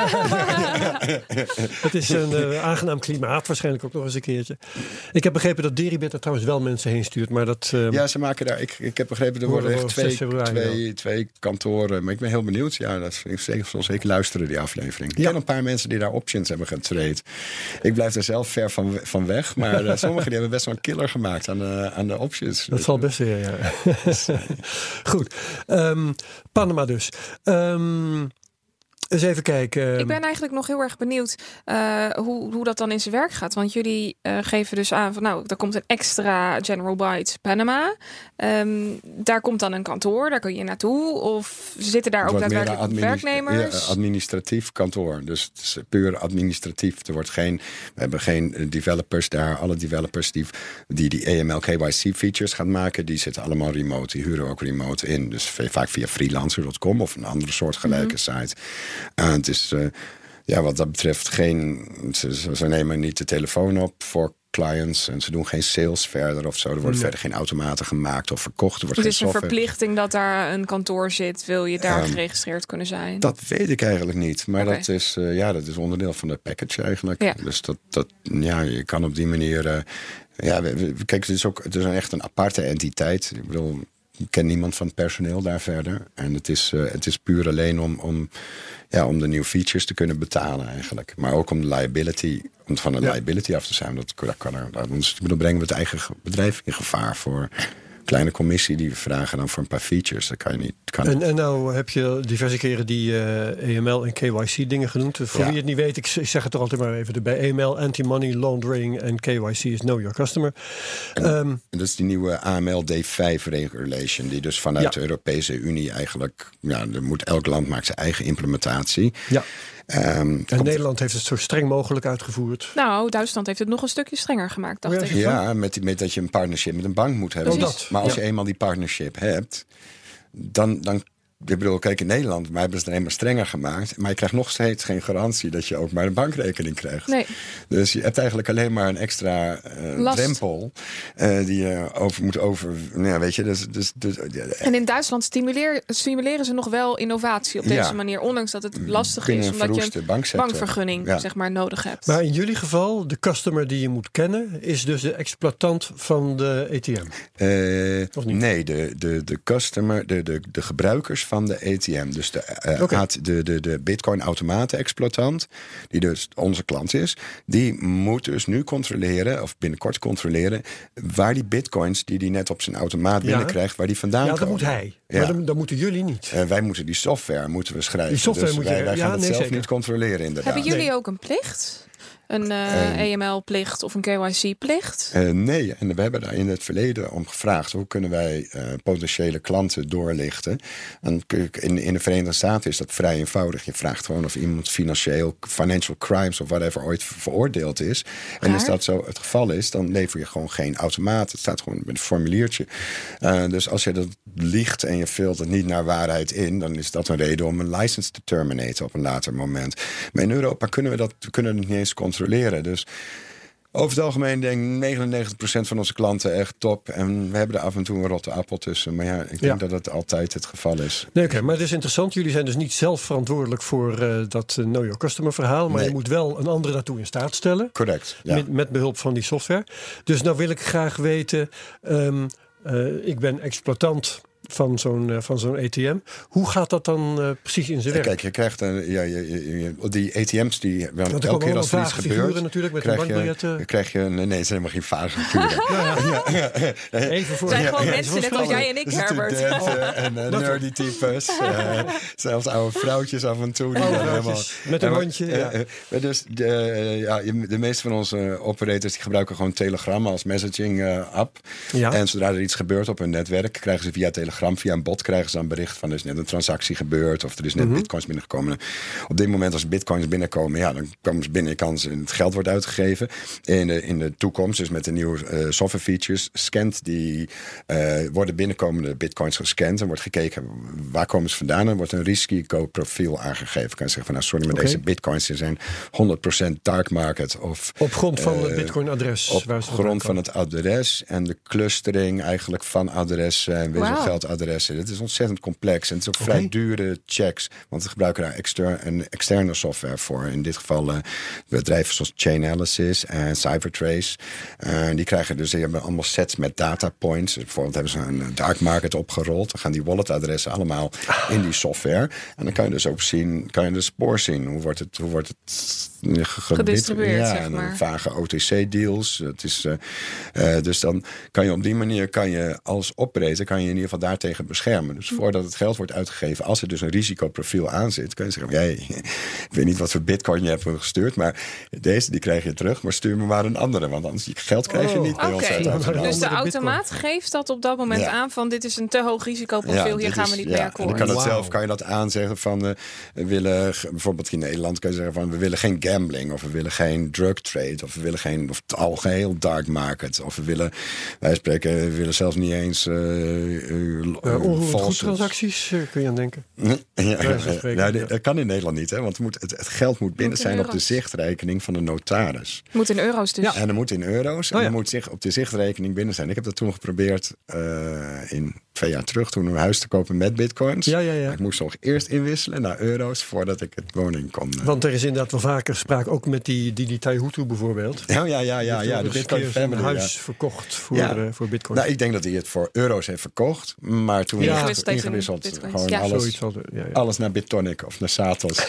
Het is een aangenaam klimaat, waarschijnlijk ook nog eens een keertje. Ik heb begrepen dat Deribit er trouwens wel mensen heen stuurt, maar dat... ja, ze maken daar... Ik heb begrepen, er worden echt twee kantoren. Maar ik ben heel benieuwd. Ja, dat zal zeker luisteren, die aflevering. Ik ken een paar mensen die daar options hebben getrade. Ik blijf er zelf ver van weg. Maar sommigen die hebben best wel een killer gemaakt aan de options. Dat zal best weer, ja. Goed. Panama dus. Eens even kijken. Ik ben eigenlijk nog heel erg benieuwd hoe dat dan in zijn werk gaat. Want jullie geven dus aan van er komt een extra General Byte Panama. Daar komt dan een kantoor, daar kun je naartoe. Of zitten daar ook daadwerkelijk werknemers? Ja, administratief kantoor. Dus het is puur administratief. We hebben geen developers daar. Alle developers die AML KYC features gaan maken, die zitten allemaal remote. Die huren ook remote in. Dus vaak via freelancer.com of een andere soortgelijke site. Het is wat dat betreft ze nemen niet de telefoon op voor clients en ze doen geen sales verder of zo. Er worden verder geen automaten gemaakt of verkocht. Er wordt het is geen een verplichting dat daar een kantoor zit. Wil je daar geregistreerd kunnen zijn? Dat weet ik eigenlijk niet. Maar dat is onderdeel van de package eigenlijk. Ja. Dus je kan op die manier... kijk, het is echt een aparte entiteit. Ik bedoel, ik ken niemand van het personeel daar verder. En het is puur alleen om de nieuwe features te kunnen betalen eigenlijk. Maar ook om de liability, om van de liability af te zijn. Dat kan er. Anders brengen we het eigen bedrijf in gevaar voor kleine commissie die we vragen dan voor een paar features. Dat kan je niet. En nou heb je diverse keren die AML en KYC dingen genoemd. Voor wie het niet weet, ik zeg het er altijd maar even bij. AML, anti-money laundering en KYC is Know Your Customer. En dat is die nieuwe AML D5 regulation die dus vanuit de Europese Unie eigenlijk, elk land maakt zijn eigen implementatie. Ja. En Nederland heeft het zo streng mogelijk uitgevoerd. Nou, Duitsland heeft het nog een stukje strenger gemaakt, dacht ik. Ja, met dat je een partnership met een bank moet hebben. Maar als je eenmaal die partnership hebt, dan ik bedoel, kijk, in Nederland, wij hebben het alleen maar strenger gemaakt. Maar je krijgt nog steeds geen garantie dat je ook maar een bankrekening krijgt. Nee. Dus je hebt eigenlijk alleen maar een extra drempel die je moet over. Weet je, en in Duitsland stimuleren ze nog wel innovatie op deze manier. Ondanks dat het lastig is, omdat je een bankvergunning nodig hebt. Maar in jullie geval, de customer die je moet kennen, is dus de exploitant van de ATM? Of niet? Nee, de customer, de gebruikers van de ATM. Dus de Bitcoin-automaten-exploitant, die dus onze klant is, die moet dus nu controleren, of binnenkort controleren, waar die bitcoins die net op zijn automaat binnenkrijgt, waar die vandaan komen. Ja, dat moet hij. Ja. Maar dan moeten jullie niet. Wij moeten die software schrijven. Die software dus wij gaan het zelf niet controleren, inderdaad. Hebben jullie ook een plicht? Een AML-plicht of een KYC-plicht? Nee, en we hebben daar in het verleden om gevraagd. Hoe kunnen wij potentiële klanten doorlichten? En in de Verenigde Staten is dat vrij eenvoudig. Je vraagt gewoon of iemand financial crimes of whatever ooit veroordeeld is. En als dat zo het geval is, dan lever je gewoon geen automaat. Het staat gewoon met een formuliertje. Dus als je dat liegt en je vult het niet naar waarheid in, dan is dat een reden om een license te terminaten op een later moment. Maar in Europa kunnen we het niet eens controleren. Dus over het algemeen denk ik 99% van onze klanten echt top. En we hebben er af en toe een rotte appel tussen. Maar ik denk dat dat altijd het geval is. Nee, oké, maar het is interessant. Jullie zijn dus niet zelf verantwoordelijk voor dat Know Your Customer verhaal. Maar je moet wel een andere daartoe in staat stellen. Correct. Ja. Met behulp van die software. Dus nou wil ik graag weten, ik ben exploitant van zo'n ATM. Hoe gaat dat dan precies in zijn werk? Kijk, je krijgt die ATM's die elke keer als er iets gebeurt, natuurlijk met bankbiljetten. Krijg je nee, het zijn helemaal geen vage figuren. Even voor. Het zijn gewoon mensen net als jij en ik, Herbert. En nerdy types. Zelfs oude vrouwtjes af en toe. Met een hondje. Dus de meeste van onze operators die gebruiken gewoon Telegram als messaging app. Ja. En zodra er iets gebeurt op hun netwerk, krijgen ze via Telegram Telegram via een bot krijgen ze dan bericht van er is net een transactie gebeurd of er is net bitcoins binnengekomen. Op dit moment als bitcoins binnenkomen, dan komen ze binnen, het geld wordt uitgegeven. In de toekomst, dus met de nieuwe software features, worden binnenkomende bitcoins gescand en wordt gekeken waar komen ze vandaan en wordt een risicoprofiel aangegeven. Kan je zeggen van sorry, maar deze bitcoins zijn 100% dark market. Of op grond van het bitcoin-adres. Op grond van het adres en de clustering eigenlijk van adressen en wisselgeldadressen. Het is ontzettend complex en het is ook vrij dure checks. Want we gebruiken daar externe software voor. In dit geval bedrijven zoals Chainalysis en Cybertrace. Die hebben allemaal sets met data points. Bijvoorbeeld hebben ze een dark market opgerold. Dan gaan die walletadressen allemaal in die software. En dan kan je dus ook zien, kan je de spoor zien. Hoe wordt het gedistribueerd, zeg maar. En vage OTC-deals. Dus dan kan je op die manier, als operator, kan je in ieder geval daartegen beschermen. Dus voordat het geld wordt uitgegeven, als er dus een risicoprofiel aan zit, kan je zeggen, ik weet niet wat voor bitcoin je hebt gestuurd, maar deze die krijg je terug, maar stuur me maar een andere, want anders je geld krijg je niet bij ons uit. Dus de automaat geeft dat op dat moment aan van dit is een te hoog risicoprofiel, hier gaan we niet mee akkoord. En dan kan dat zelf, kan je dat aanzeggen van we willen, bijvoorbeeld in Nederland kan je zeggen van we willen geen gambling, of we willen geen drug trade, of we willen geen, of het algeheel dark market, of wij willen zelfs niet eens valse transacties, kun je aan denken. Dat kan in Nederland niet, hè, want het geld moet binnen zijn op de zichtrekening van de notaris. Moet in euro's dus. Ja, en dat moet in euro's. En dan moet op de zichtrekening binnen zijn. Ik heb dat toen geprobeerd in 2 jaar terug, toen een huis te kopen met bitcoins. Ja. Ik moest nog eerst inwisselen naar euro's voordat ik het woning kon. Want er is inderdaad wel vaker sprake, ook met die Taihutu bijvoorbeeld. De Bitcoin Family. Een huis verkocht voor bitcoin. Nou, ik denk dat hij het voor euro's heeft verkocht, maar toen heeft het ingewisseld. Gewoon alles naar BitTonic of naar Satos.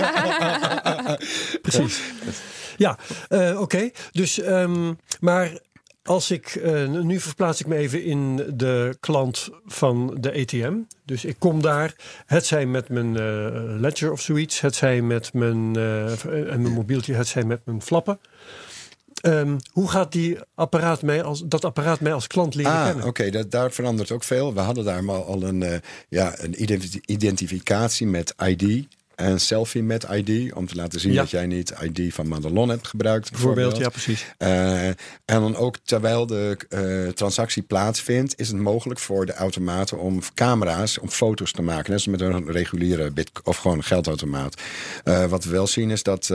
Precies. Ja, oké. Dus, maar als ik, nu verplaats ik me even in de klant van de ATM. Dus ik kom daar, hetzij met mijn ledger of zoiets, hetzij met mijn mobieltje, hetzij met mijn flappen. Hoe gaat dat apparaat mij als klant leren kennen? Oké, daar verandert ook veel. We hadden daar al een identificatie met ID. Een selfie met ID, om te laten zien dat jij niet ID van Madelon hebt gebruikt. Bijvoorbeeld, ja, precies. En dan ook terwijl de transactie plaatsvindt, is het mogelijk voor de automaten om camera's, om foto's te maken. Net zoals met een reguliere of gewoon een geldautomaat. Wat we wel zien is dat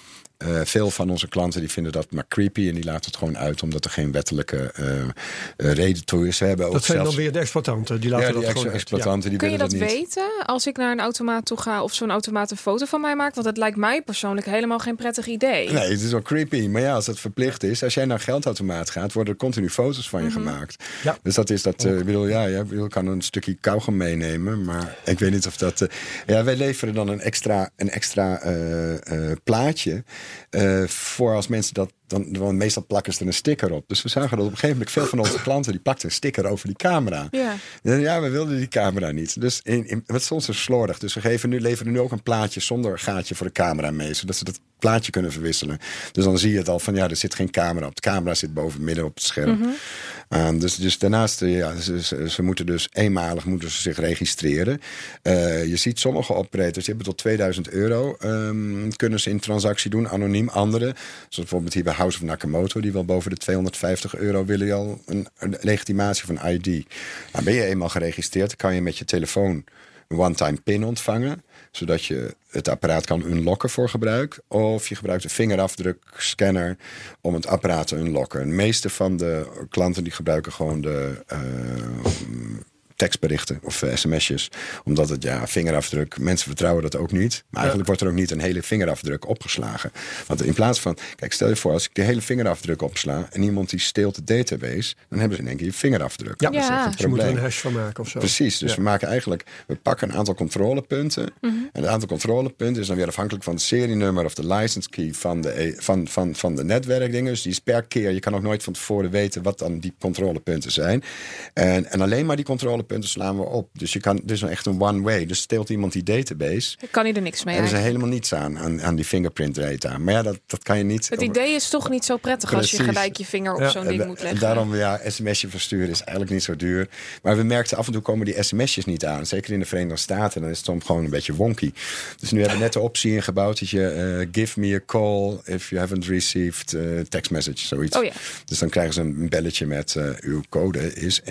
veel van onze klanten die vinden dat maar creepy en die laten het gewoon uit omdat er geen wettelijke reden toe is. Dat zijn dan weer de exploitanten. Die laten dat gewoon exploitanten. Kun je dat weten als ik naar een automaat toe ga of zo'n automaat een foto van mij maakt? Want het lijkt mij persoonlijk helemaal geen prettig idee. Nee, het is wel creepy. Maar als het verplicht is, als jij naar een geldautomaat gaat, worden er continu foto's van je gemaakt. Ja. Dus dat is dat. Je kan een stukje kauwgom meenemen, maar ik weet niet of dat. Wij leveren dan een extra plaatje. Voor als mensen dat dan meestal plakken ze er een sticker op. Dus we zagen dat op een gegeven moment veel van onze klanten die pakten een sticker over die camera. Ja, we wilden die camera niet. Dus het is ons zo slordig. Dus we leveren nu ook een plaatje zonder gaatje voor de camera mee, zodat ze dat plaatje kunnen verwisselen. Dus dan zie je het al van er zit geen camera op. De camera zit midden op het scherm. Dus daarnaast, ze moeten dus eenmalig zich registreren. Je ziet sommige operators, die hebben tot €2000 kunnen ze in transactie doen, anoniem. Andere, zoals bijvoorbeeld hier bij House of Nakamoto, die wel boven de €250 willen al een legitimatie van ID. Nou, ben je eenmaal geregistreerd, dan kan je met je telefoon een one-time pin ontvangen, zodat je het apparaat kan unlocken voor gebruik. Of je gebruikt een vingerafdrukscanner om het apparaat te unlocken. De meeste van de klanten die gebruiken gewoon de tekstberichten of sms'jes. Omdat het, vingerafdruk, mensen vertrouwen dat ook niet. Maar eigenlijk wordt er ook niet een hele vingerafdruk opgeslagen. Want in plaats van, kijk, stel je voor, als ik de hele vingerafdruk opsla en iemand die steelt de database, dan hebben ze in één keer je vingerafdruk. Ja, je moet er een hash van maken of zo. Precies, dus we pakken een aantal controlepunten. En het aantal controlepunten is dan weer afhankelijk van het serienummer of de license key van de netwerkdingen. Dus die is per keer, je kan ook nooit van tevoren weten wat dan die controlepunten zijn. En alleen maar die controlepunten punten slaan we op. Dus dit is echt een one way. Dus steelt iemand die database... Dan kan hij er niks mee. En er is helemaal niets aan die fingerprint data. Maar ja, dat kan je niet... Het idee is toch niet zo prettig als je gelijk je vinger op zo'n ding moet leggen. En daarom, sms'je versturen is eigenlijk niet zo duur. Maar we merkten af en toe komen die sms'jes niet aan. Zeker in de Verenigde Staten. Dan is het soms gewoon een beetje wonky. Dus nu hebben we net de optie ingebouwd dat je give me a call if you haven't received text message, zoiets. Oh ja. Dus dan krijgen ze een belletje met uw code is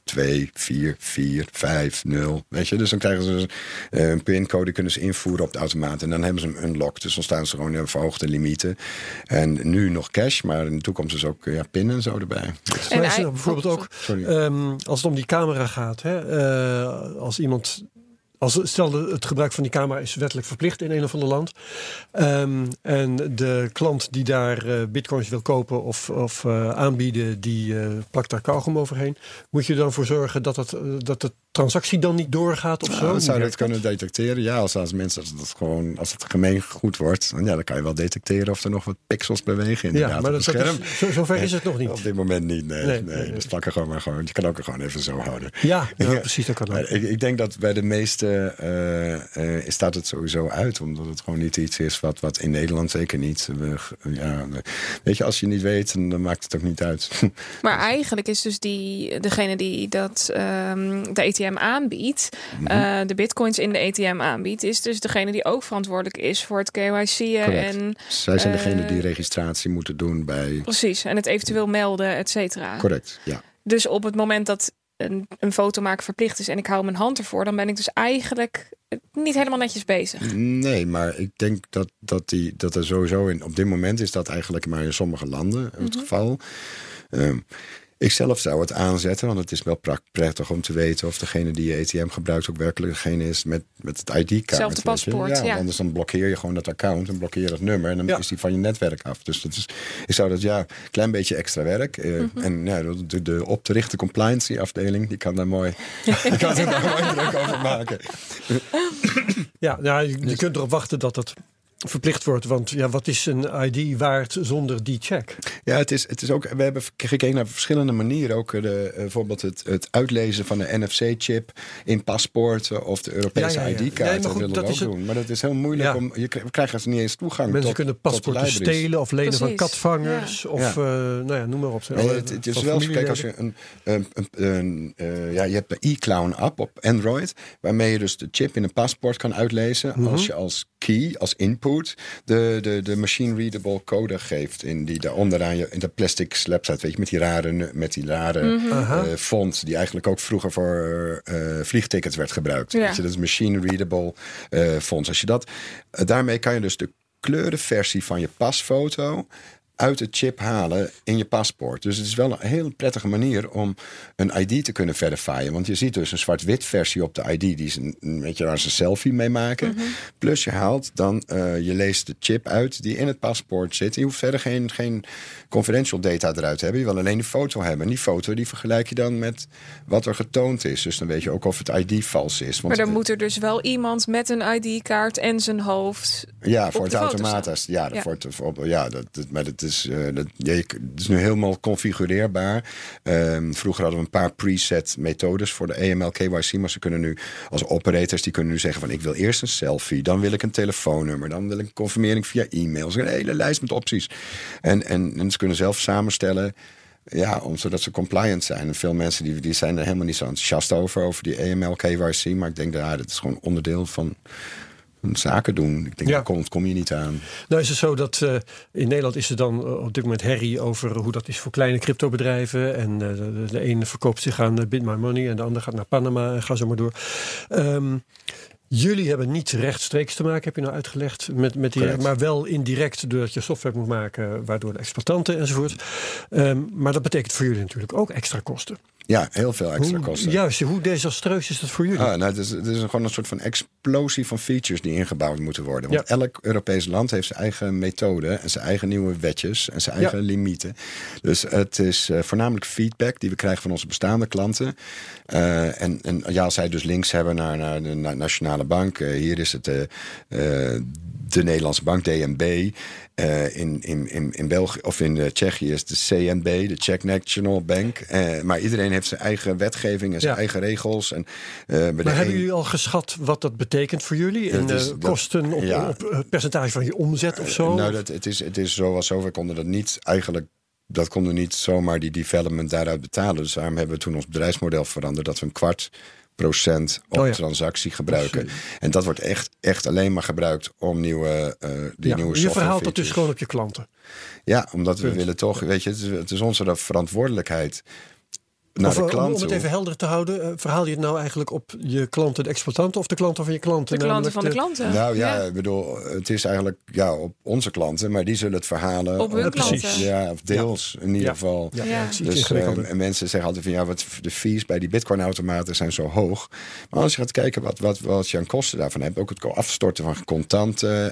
124450. Weet je, dus dan krijgen ze een pincode, kunnen ze invoeren op de automaat. En dan hebben ze hem unlocked. Dus dan staan ze gewoon in verhoogde limieten. En nu nog cash, maar in de toekomst is ook PIN en zo erbij. En is er bijvoorbeeld ook, als het om die camera gaat, als iemand... Stel, het gebruik van die camera is wettelijk verplicht in een of ander land. En de klant die daar bitcoins wil kopen of aanbieden, die plakt daar kauwgom overheen. Moet je er dan voor zorgen dat de transactie dan niet doorgaat of zo? Dan zou je dat kunnen detecteren. Ja, als mensen, als het gemeengoed wordt, dan kan je wel detecteren of er nog wat pixels bewegen inderdaad op het scherm. Zover is het nog niet. Op dit moment niet, nee. Dus plakken gewoon maar gewoon. Je kan ook er gewoon even zo houden. Ja, precies, dat kan ook. Ik denk dat bij de meeste staat het sowieso uit, omdat het gewoon niet iets is wat in Nederland zeker niet. Weet je, als je niet weet, dan maakt het ook niet uit. Maar eigenlijk is dus degene die de ATM aanbiedt, de bitcoins in de ATM aanbiedt, is dus degene die ook verantwoordelijk is voor het KYC'en. En zij zijn degene die registratie moeten doen bij... Precies, en het eventueel melden, et cetera. Correct, ja. Dus op het moment dat een foto maken verplicht is en ik hou mijn hand ervoor, dan ben ik dus eigenlijk niet helemaal netjes bezig. Nee, maar ik denk dat er sowieso op dit moment is dat eigenlijk maar in sommige landen het geval. Ik zelf zou het aanzetten, want het is wel prettig om te weten of degene die je ATM gebruikt ook werkelijk degene is met het ID-kaart. Hetzelfde paspoort, ja. Anders dan blokkeer je gewoon dat account en blokkeer je dat nummer en dan is die van je netwerk af. Dus ik zou dat een klein beetje extra werk. En de op te richten compliance afdeling, die kan daar mooi druk over maken. Ja, je kunt erop wachten dat het verplicht wordt, want wat is een ID waard zonder die check? Ja, het is ook. We hebben gekeken naar verschillende manieren. Ook bijvoorbeeld het uitlezen van een NFC-chip in paspoorten of de Europese ID-kaart. Dat willen we ook doen. Maar dat is heel moeilijk om. We krijgen niet eens toegang. Mensen kunnen paspoorten stelen of lenen van katvangers of noem maar op. Het is wel zo. Kijk, als je je hebt de eClown app op Android, waarmee je dus de chip in een paspoort kan uitlezen. Als je als key, als input, de machine-readable code geeft in die daar onderaan in de plastic slab staat, weet je, met die rare font die eigenlijk ook vroeger voor vliegtickets werd gebruikt. Ja. Weet je, dat is machine-readable font. Als je daarmee kan je dus de kleurenversie van je pasfoto uit de chip halen in je paspoort. Dus het is wel een heel prettige manier om een ID te kunnen verifyen. Want je ziet dus een zwart-wit versie op de ID. Die is waar ze een selfie mee maken. Plus je haalt dan, je leest de chip uit die in het paspoort zit. Je hoeft verder geen confidential data eruit te hebben. Je wil alleen die foto hebben. En die foto die vergelijk je dan met wat er getoond is. Dus dan weet je ook of het ID vals is. Want maar dan moet er dus wel iemand met een ID-kaart en zijn hoofd voor het automatisch. Maar dat is nu helemaal configureerbaar. Vroeger hadden we een paar preset methodes voor de AML KYC. Maar ze kunnen nu als operators, die kunnen nu zeggen van ik wil eerst een selfie. Dan wil ik een telefoonnummer. Dan wil ik een confirmering via e-mail. Een hele lijst met opties. En ze kunnen zelf samenstellen. Ja, zodat ze compliant zijn. En veel mensen die zijn er helemaal niet zo enthousiast over die AML KYC. Maar ik denk dat is gewoon onderdeel van zaken doen. Ik denk, daar kom je niet aan. Nou is het zo dat in Nederland is er dan op dit moment herrie over hoe dat is voor kleine cryptobedrijven. En de ene verkoopt zich aan Bit My Money en de ander gaat naar Panama en ga zo maar door. Jullie hebben niet rechtstreeks te maken, heb je nou uitgelegd, met die, maar wel indirect doordat je software moet maken, waardoor de exploitanten enzovoort. Maar dat betekent voor jullie natuurlijk ook extra kosten. Ja, heel veel extra kosten. Juist, hoe desastreus is dat voor jullie? Het is gewoon een soort van explosie van features die ingebouwd moeten worden. Want elk Europees land heeft zijn eigen methode en zijn eigen nieuwe wetjes en zijn eigen limieten. Dus het is voornamelijk feedback die we krijgen van onze bestaande klanten. Als zij dus links hebben naar de Nationale Bank. Hier is het de Nederlandse Bank, DNB. In België of in Tsjechië is de CNB, de Czech National Bank. Maar iedereen heeft zijn eigen wetgeving en zijn eigen regels. En, maar hebben jullie al geschat wat dat betekent voor jullie? In kosten op percentage van je omzet of zo? Nou, het is zo. We konden dat niet eigenlijk... Dat konden niet zomaar die development daaruit betalen. Dus daarom hebben we toen ons bedrijfsmodel veranderd... dat we 0,25% op transactie gebruiken. En dat wordt echt alleen maar gebruikt om nieuwe software. Je verhaalt dat dus gewoon op je klanten. Ja, omdat we willen toch... Weet je, het is onze verantwoordelijkheid... Naar de klant om het even helder te houden, verhaal je het nou eigenlijk op je klanten, de exploitanten of de klanten van je klanten? De klanten van de klanten. Nou ik bedoel, het is eigenlijk op onze klanten, maar die zullen het verhalen op hun klanten. Ja, of deels in ieder geval. Dus en mensen zeggen altijd van wat de fees bij die Bitcoin-automaten zijn zo hoog. Maar als je gaat kijken wat je aan kosten daarvan hebt, ook het afstorten van contanten,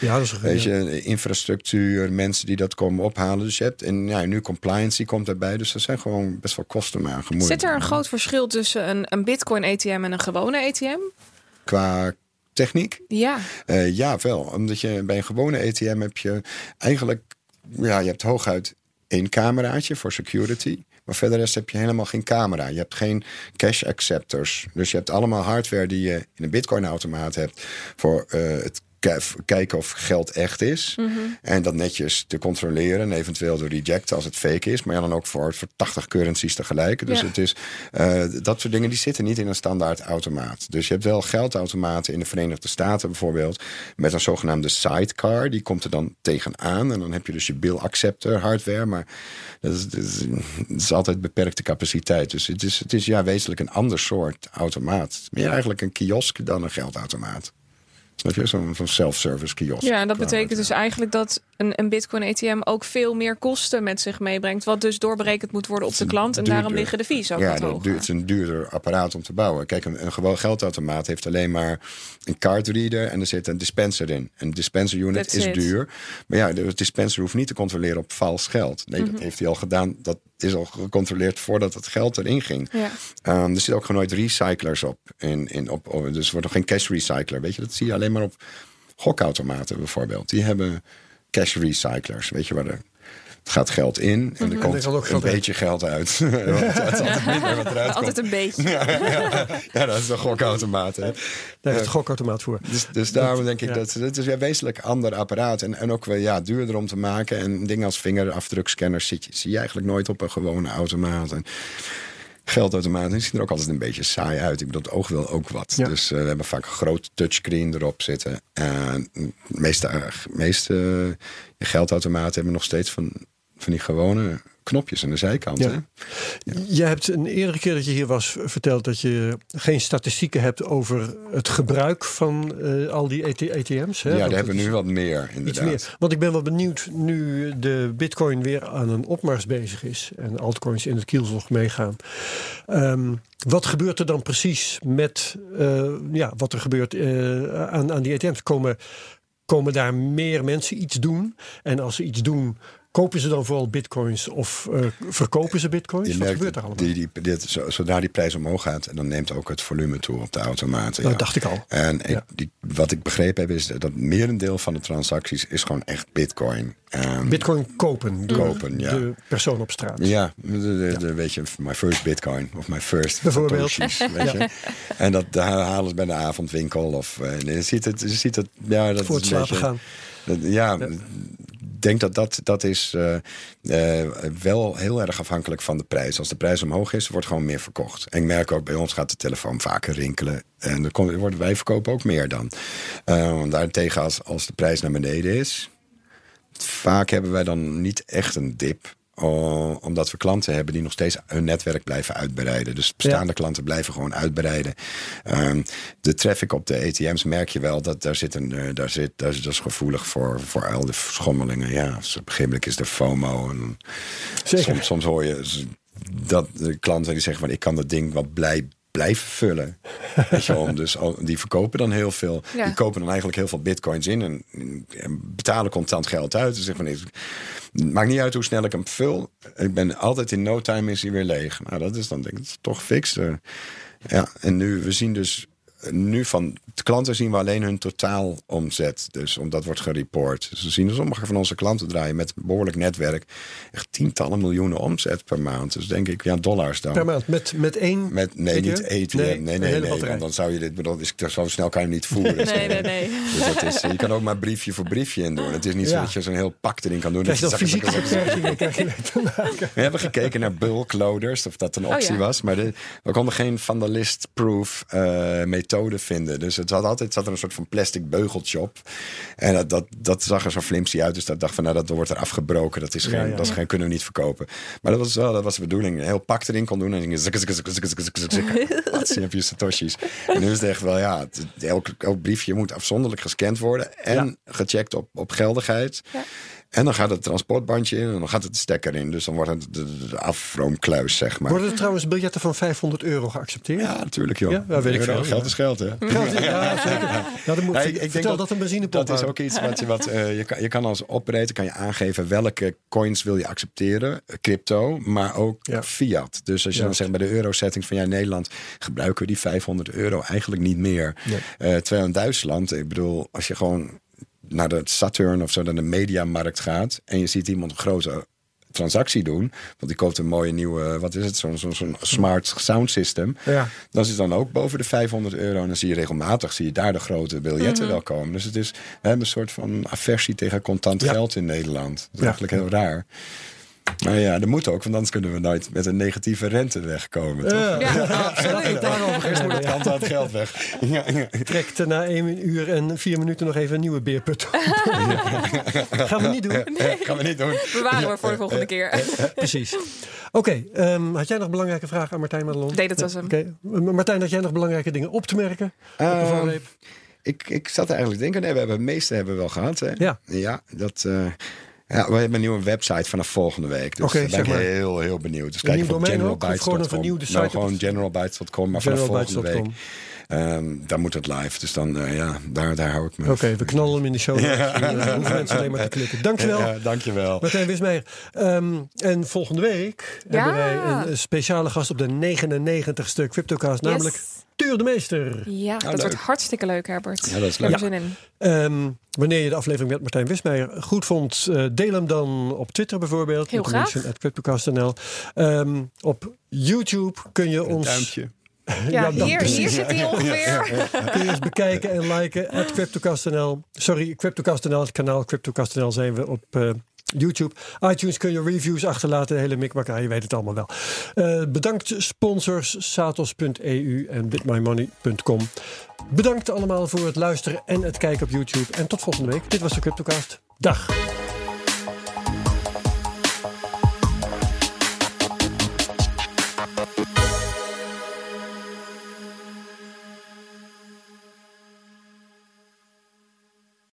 infrastructuur, mensen die dat komen ophalen. Dus je hebt nu compliance komt erbij, dus er zijn gewoon best wel kosten. Zit er een groot verschil tussen een Bitcoin-ATM en een gewone ATM? Qua techniek? Ja. Ja, wel. Omdat je bij een gewone ATM heb je eigenlijk... je hebt hooguit 1 cameraatje voor security. Maar verder rest heb je helemaal geen camera. Je hebt geen cash acceptors. Dus je hebt allemaal hardware die je in een Bitcoin-automaat hebt... voor het kijken of geld echt is. Mm-hmm. En dat netjes te controleren. En eventueel te rejecten als het fake is. Maar dan ook voor 80 currencies tegelijk. Dus het is dat soort dingen die zitten niet in een standaard automaat. Dus je hebt wel geldautomaten in de Verenigde Staten bijvoorbeeld. Met een zogenaamde sidecar. Die komt er dan tegenaan. En dan heb je dus je bill acceptor hardware. Maar dat is altijd beperkte capaciteit. Dus het is wezenlijk een ander soort automaat. Meer eigenlijk een kiosk dan een geldautomaat. Zo'n self-service kiosk. Ja, en dat betekent dus eigenlijk dat een Bitcoin-ATM ook veel meer kosten met zich meebrengt. Wat dus doorberekend moet worden op de klant. En daarom liggen de fees ook wat hoger. Het is een duurder apparaat om te bouwen. Kijk, een gewoon geldautomaat heeft alleen maar een cardreader en er zit een dispenser in. Een dispenser unit is duur. Maar de dispenser hoeft niet te controleren op vals geld. Nee, dat heeft hij al gedaan. Dat is al gecontroleerd voordat het geld erin ging. Ja. Er zitten ook gewoon nooit recyclers op. Dus er wordt nog geen cash recycler. Weet je, dat zie je alleen maar op gokautomaten bijvoorbeeld. Die hebben cash recyclers. Weet je waar het gaat geld in en er komt een beetje geld uit. Het is altijd minder wat eruit altijd komt. Een beetje. Ja, dat is een gokautomaat. Hè. Daar is het gokautomaat voor. Dus daarom denk ik dat het is een wezenlijk ander apparaat. En ook wel duurder om te maken. En dingen als vingerafdrukscanners zie je eigenlijk nooit op een gewone automaat. En geldautomaten zien er ook altijd een beetje saai uit. Ik bedoel, het oog wil ook wat. Ja. Dus we hebben vaak een groot touchscreen erop zitten. En de meeste geldautomaten hebben nog steeds van die gewone knopjes aan de zijkant. Ja. Hè? Ja. Je hebt een eerdere keer dat je hier was verteld dat je geen statistieken hebt over het gebruik van al die ATM's. Hè? Ja, daar hebben we nu wat meer, inderdaad. Meer. Want ik ben wel benieuwd, nu de Bitcoin weer aan een opmars bezig is en altcoins in het kielzog meegaan. Wat gebeurt er dan precies met wat er gebeurt aan die ATM's? Komen daar meer mensen iets doen? En als ze iets doen, kopen ze dan vooral bitcoins of verkopen ze bitcoins? Wat gebeurt er allemaal? Zodra die prijs omhoog gaat, en dan neemt ook het volume toe op de automaten. Dat dacht ik al. En wat ik begrepen heb is dat merendeel van de transacties is gewoon echt bitcoin. Bitcoin kopen. De persoon op straat. Ja, weet je, my first bitcoin of my first satoshis. Weet je? En dat halen ze bij de avondwinkel. Of je ziet het dat voor het slapen gaan. Ik denk dat is wel heel erg afhankelijk van de prijs. Als de prijs omhoog is, wordt gewoon meer verkocht. En ik merk ook, bij ons gaat de telefoon vaker rinkelen. En wij verkopen ook meer dan. Daartegen als de prijs naar beneden is, vaak hebben wij dan niet echt een dip. Omdat we klanten hebben die nog steeds hun netwerk blijven uitbreiden. Dus bestaande klanten blijven gewoon uitbreiden. De traffic op de ATM's merk je wel dat dat is gevoelig voor al de schommelingen. Ja, op een gegeven moment is er FOMO. En soms hoor je dat de klanten die zeggen van ik kan dat ding wel blijven vullen. Weet je wel? Dus die verkopen dan heel veel. Ja. Die kopen dan eigenlijk heel veel bitcoins in en betalen contant geld uit. Dus zeggen van het maakt niet uit hoe snel ik hem vul. Ik ben altijd in no time is hij weer leeg. Nou, dat is dan denk ik toch fix. En nu, we zien dus nu van de klanten zien we alleen hun totaal omzet. Dus omdat wordt gereport. Dus we zien sommige van onze klanten draaien met een behoorlijk netwerk echt tientallen miljoenen omzet per maand. Dus denk ik, dollars dan. Per maand met één? Nee, niet ATM. Nee. Want dan zou je dit bedoel, zo snel kan je hem niet voeren. Nee. Dus dat is, je kan ook maar briefje voor briefje in doen. Het is niet zo dat je zo'n heel pak erin kan doen. Krijg je dat fysieke beperkingen krijg je te maken. We hebben gekeken naar bulk loaders, of dat een optie was. Maar we konden geen vandalist-proof methode vinden. Dus het zat er een soort van plastic beugeltje op. En dat zag er zo flimsy uit. Dus dat dacht van, dat wordt er afgebroken. Dat is kunnen we niet verkopen. Maar dat was de bedoeling. Een heel pak erin kon doen. En dan heb je satoshis. En nu is het echt wel, elk briefje moet afzonderlijk gescand worden. En gecheckt op geldigheid. Ja. En dan gaat het transportbandje in en dan gaat het de stekker in. Dus dan wordt het de afroomkluis, zeg maar. Worden er trouwens biljetten van €500 geaccepteerd? Ja, natuurlijk, joh. Ja, weet ik veel. Geld is geld, hè? Ja, zeker. Ik vertel dat een benzinepomp. Dat is ook iets wat je kan als operator aangeven welke coins wil je accepteren. Crypto, maar ook fiat. Dus als je dan zegt bij de eurosetting van in Nederland gebruiken we die €500 eigenlijk niet meer. Nee. Terwijl in Duitsland, ik bedoel, als je gewoon naar de Saturn of zo, naar de mediamarkt gaat en je ziet iemand een grote transactie doen, want die koopt een mooie nieuwe, wat is het, zo'n smart sound system. Ja. Dat is dan ook boven de €500 en dan zie je regelmatig daar de grote biljetten wel komen. Dus we hebben een soort van aversie tegen contant geld in Nederland. Dat is eigenlijk heel raar. Maar dat moet ook, want anders kunnen we nooit met een negatieve rente wegkomen. Toch? Ja, absoluut. Eerst moet het kant aan het geld weg. Trekt na 1 uur en 4 minuten nog even een nieuwe beerput op. Gaan we niet doen. Nee. Gaan we niet doen. Bewaren we voor de volgende keer. Precies. Oké, had jij nog belangrijke vragen aan Martijn Madelon? Nee, dat was hem. Okay. Martijn, had jij nog belangrijke dingen op te merken? Ik zat eigenlijk te denken, we hebben het meeste hebben we wel gehad. Hè? Ja, dat... we hebben een nieuwe website vanaf volgende week. Dus daar ben ik heel benieuwd. Dus kijk op generalbytes.com. Gewoon generalbytes.com, maar vanaf volgende week. Daar moet het live. Dus dan, daar hou ik me. Oké, we knallen hem in de show. Dan hoeven mensen alleen maar te klikken. Dankjewel. Ja, dankjewel. Martijn Wismeijer. En volgende week hebben wij een speciale gast op de 99ste Cryptocast. Namelijk Tuur de Meester. Ja, dat wordt hartstikke leuk, Herbert. Ja, dat is leuk. Zin in. Wanneer je de aflevering met Martijn Wismeijer goed vond, deel hem dan op Twitter bijvoorbeeld. Heel graag. @cryptocast.nl. Op YouTube kun je ons... Duimpje. Ja, hier zit hij ongeveer. Kun je eens bekijken en liken @cryptocast.nl. Sorry, Cryptocast.nl, het kanaal Cryptocast.nl zijn we op YouTube. iTunes kun je reviews achterlaten, de hele mikmak. Je weet het allemaal wel. Bedankt sponsors Satos.eu en bitmymoney.com. Bedankt allemaal voor het luisteren en het kijken op YouTube. En tot volgende week. Dit was de Cryptocast. Dag.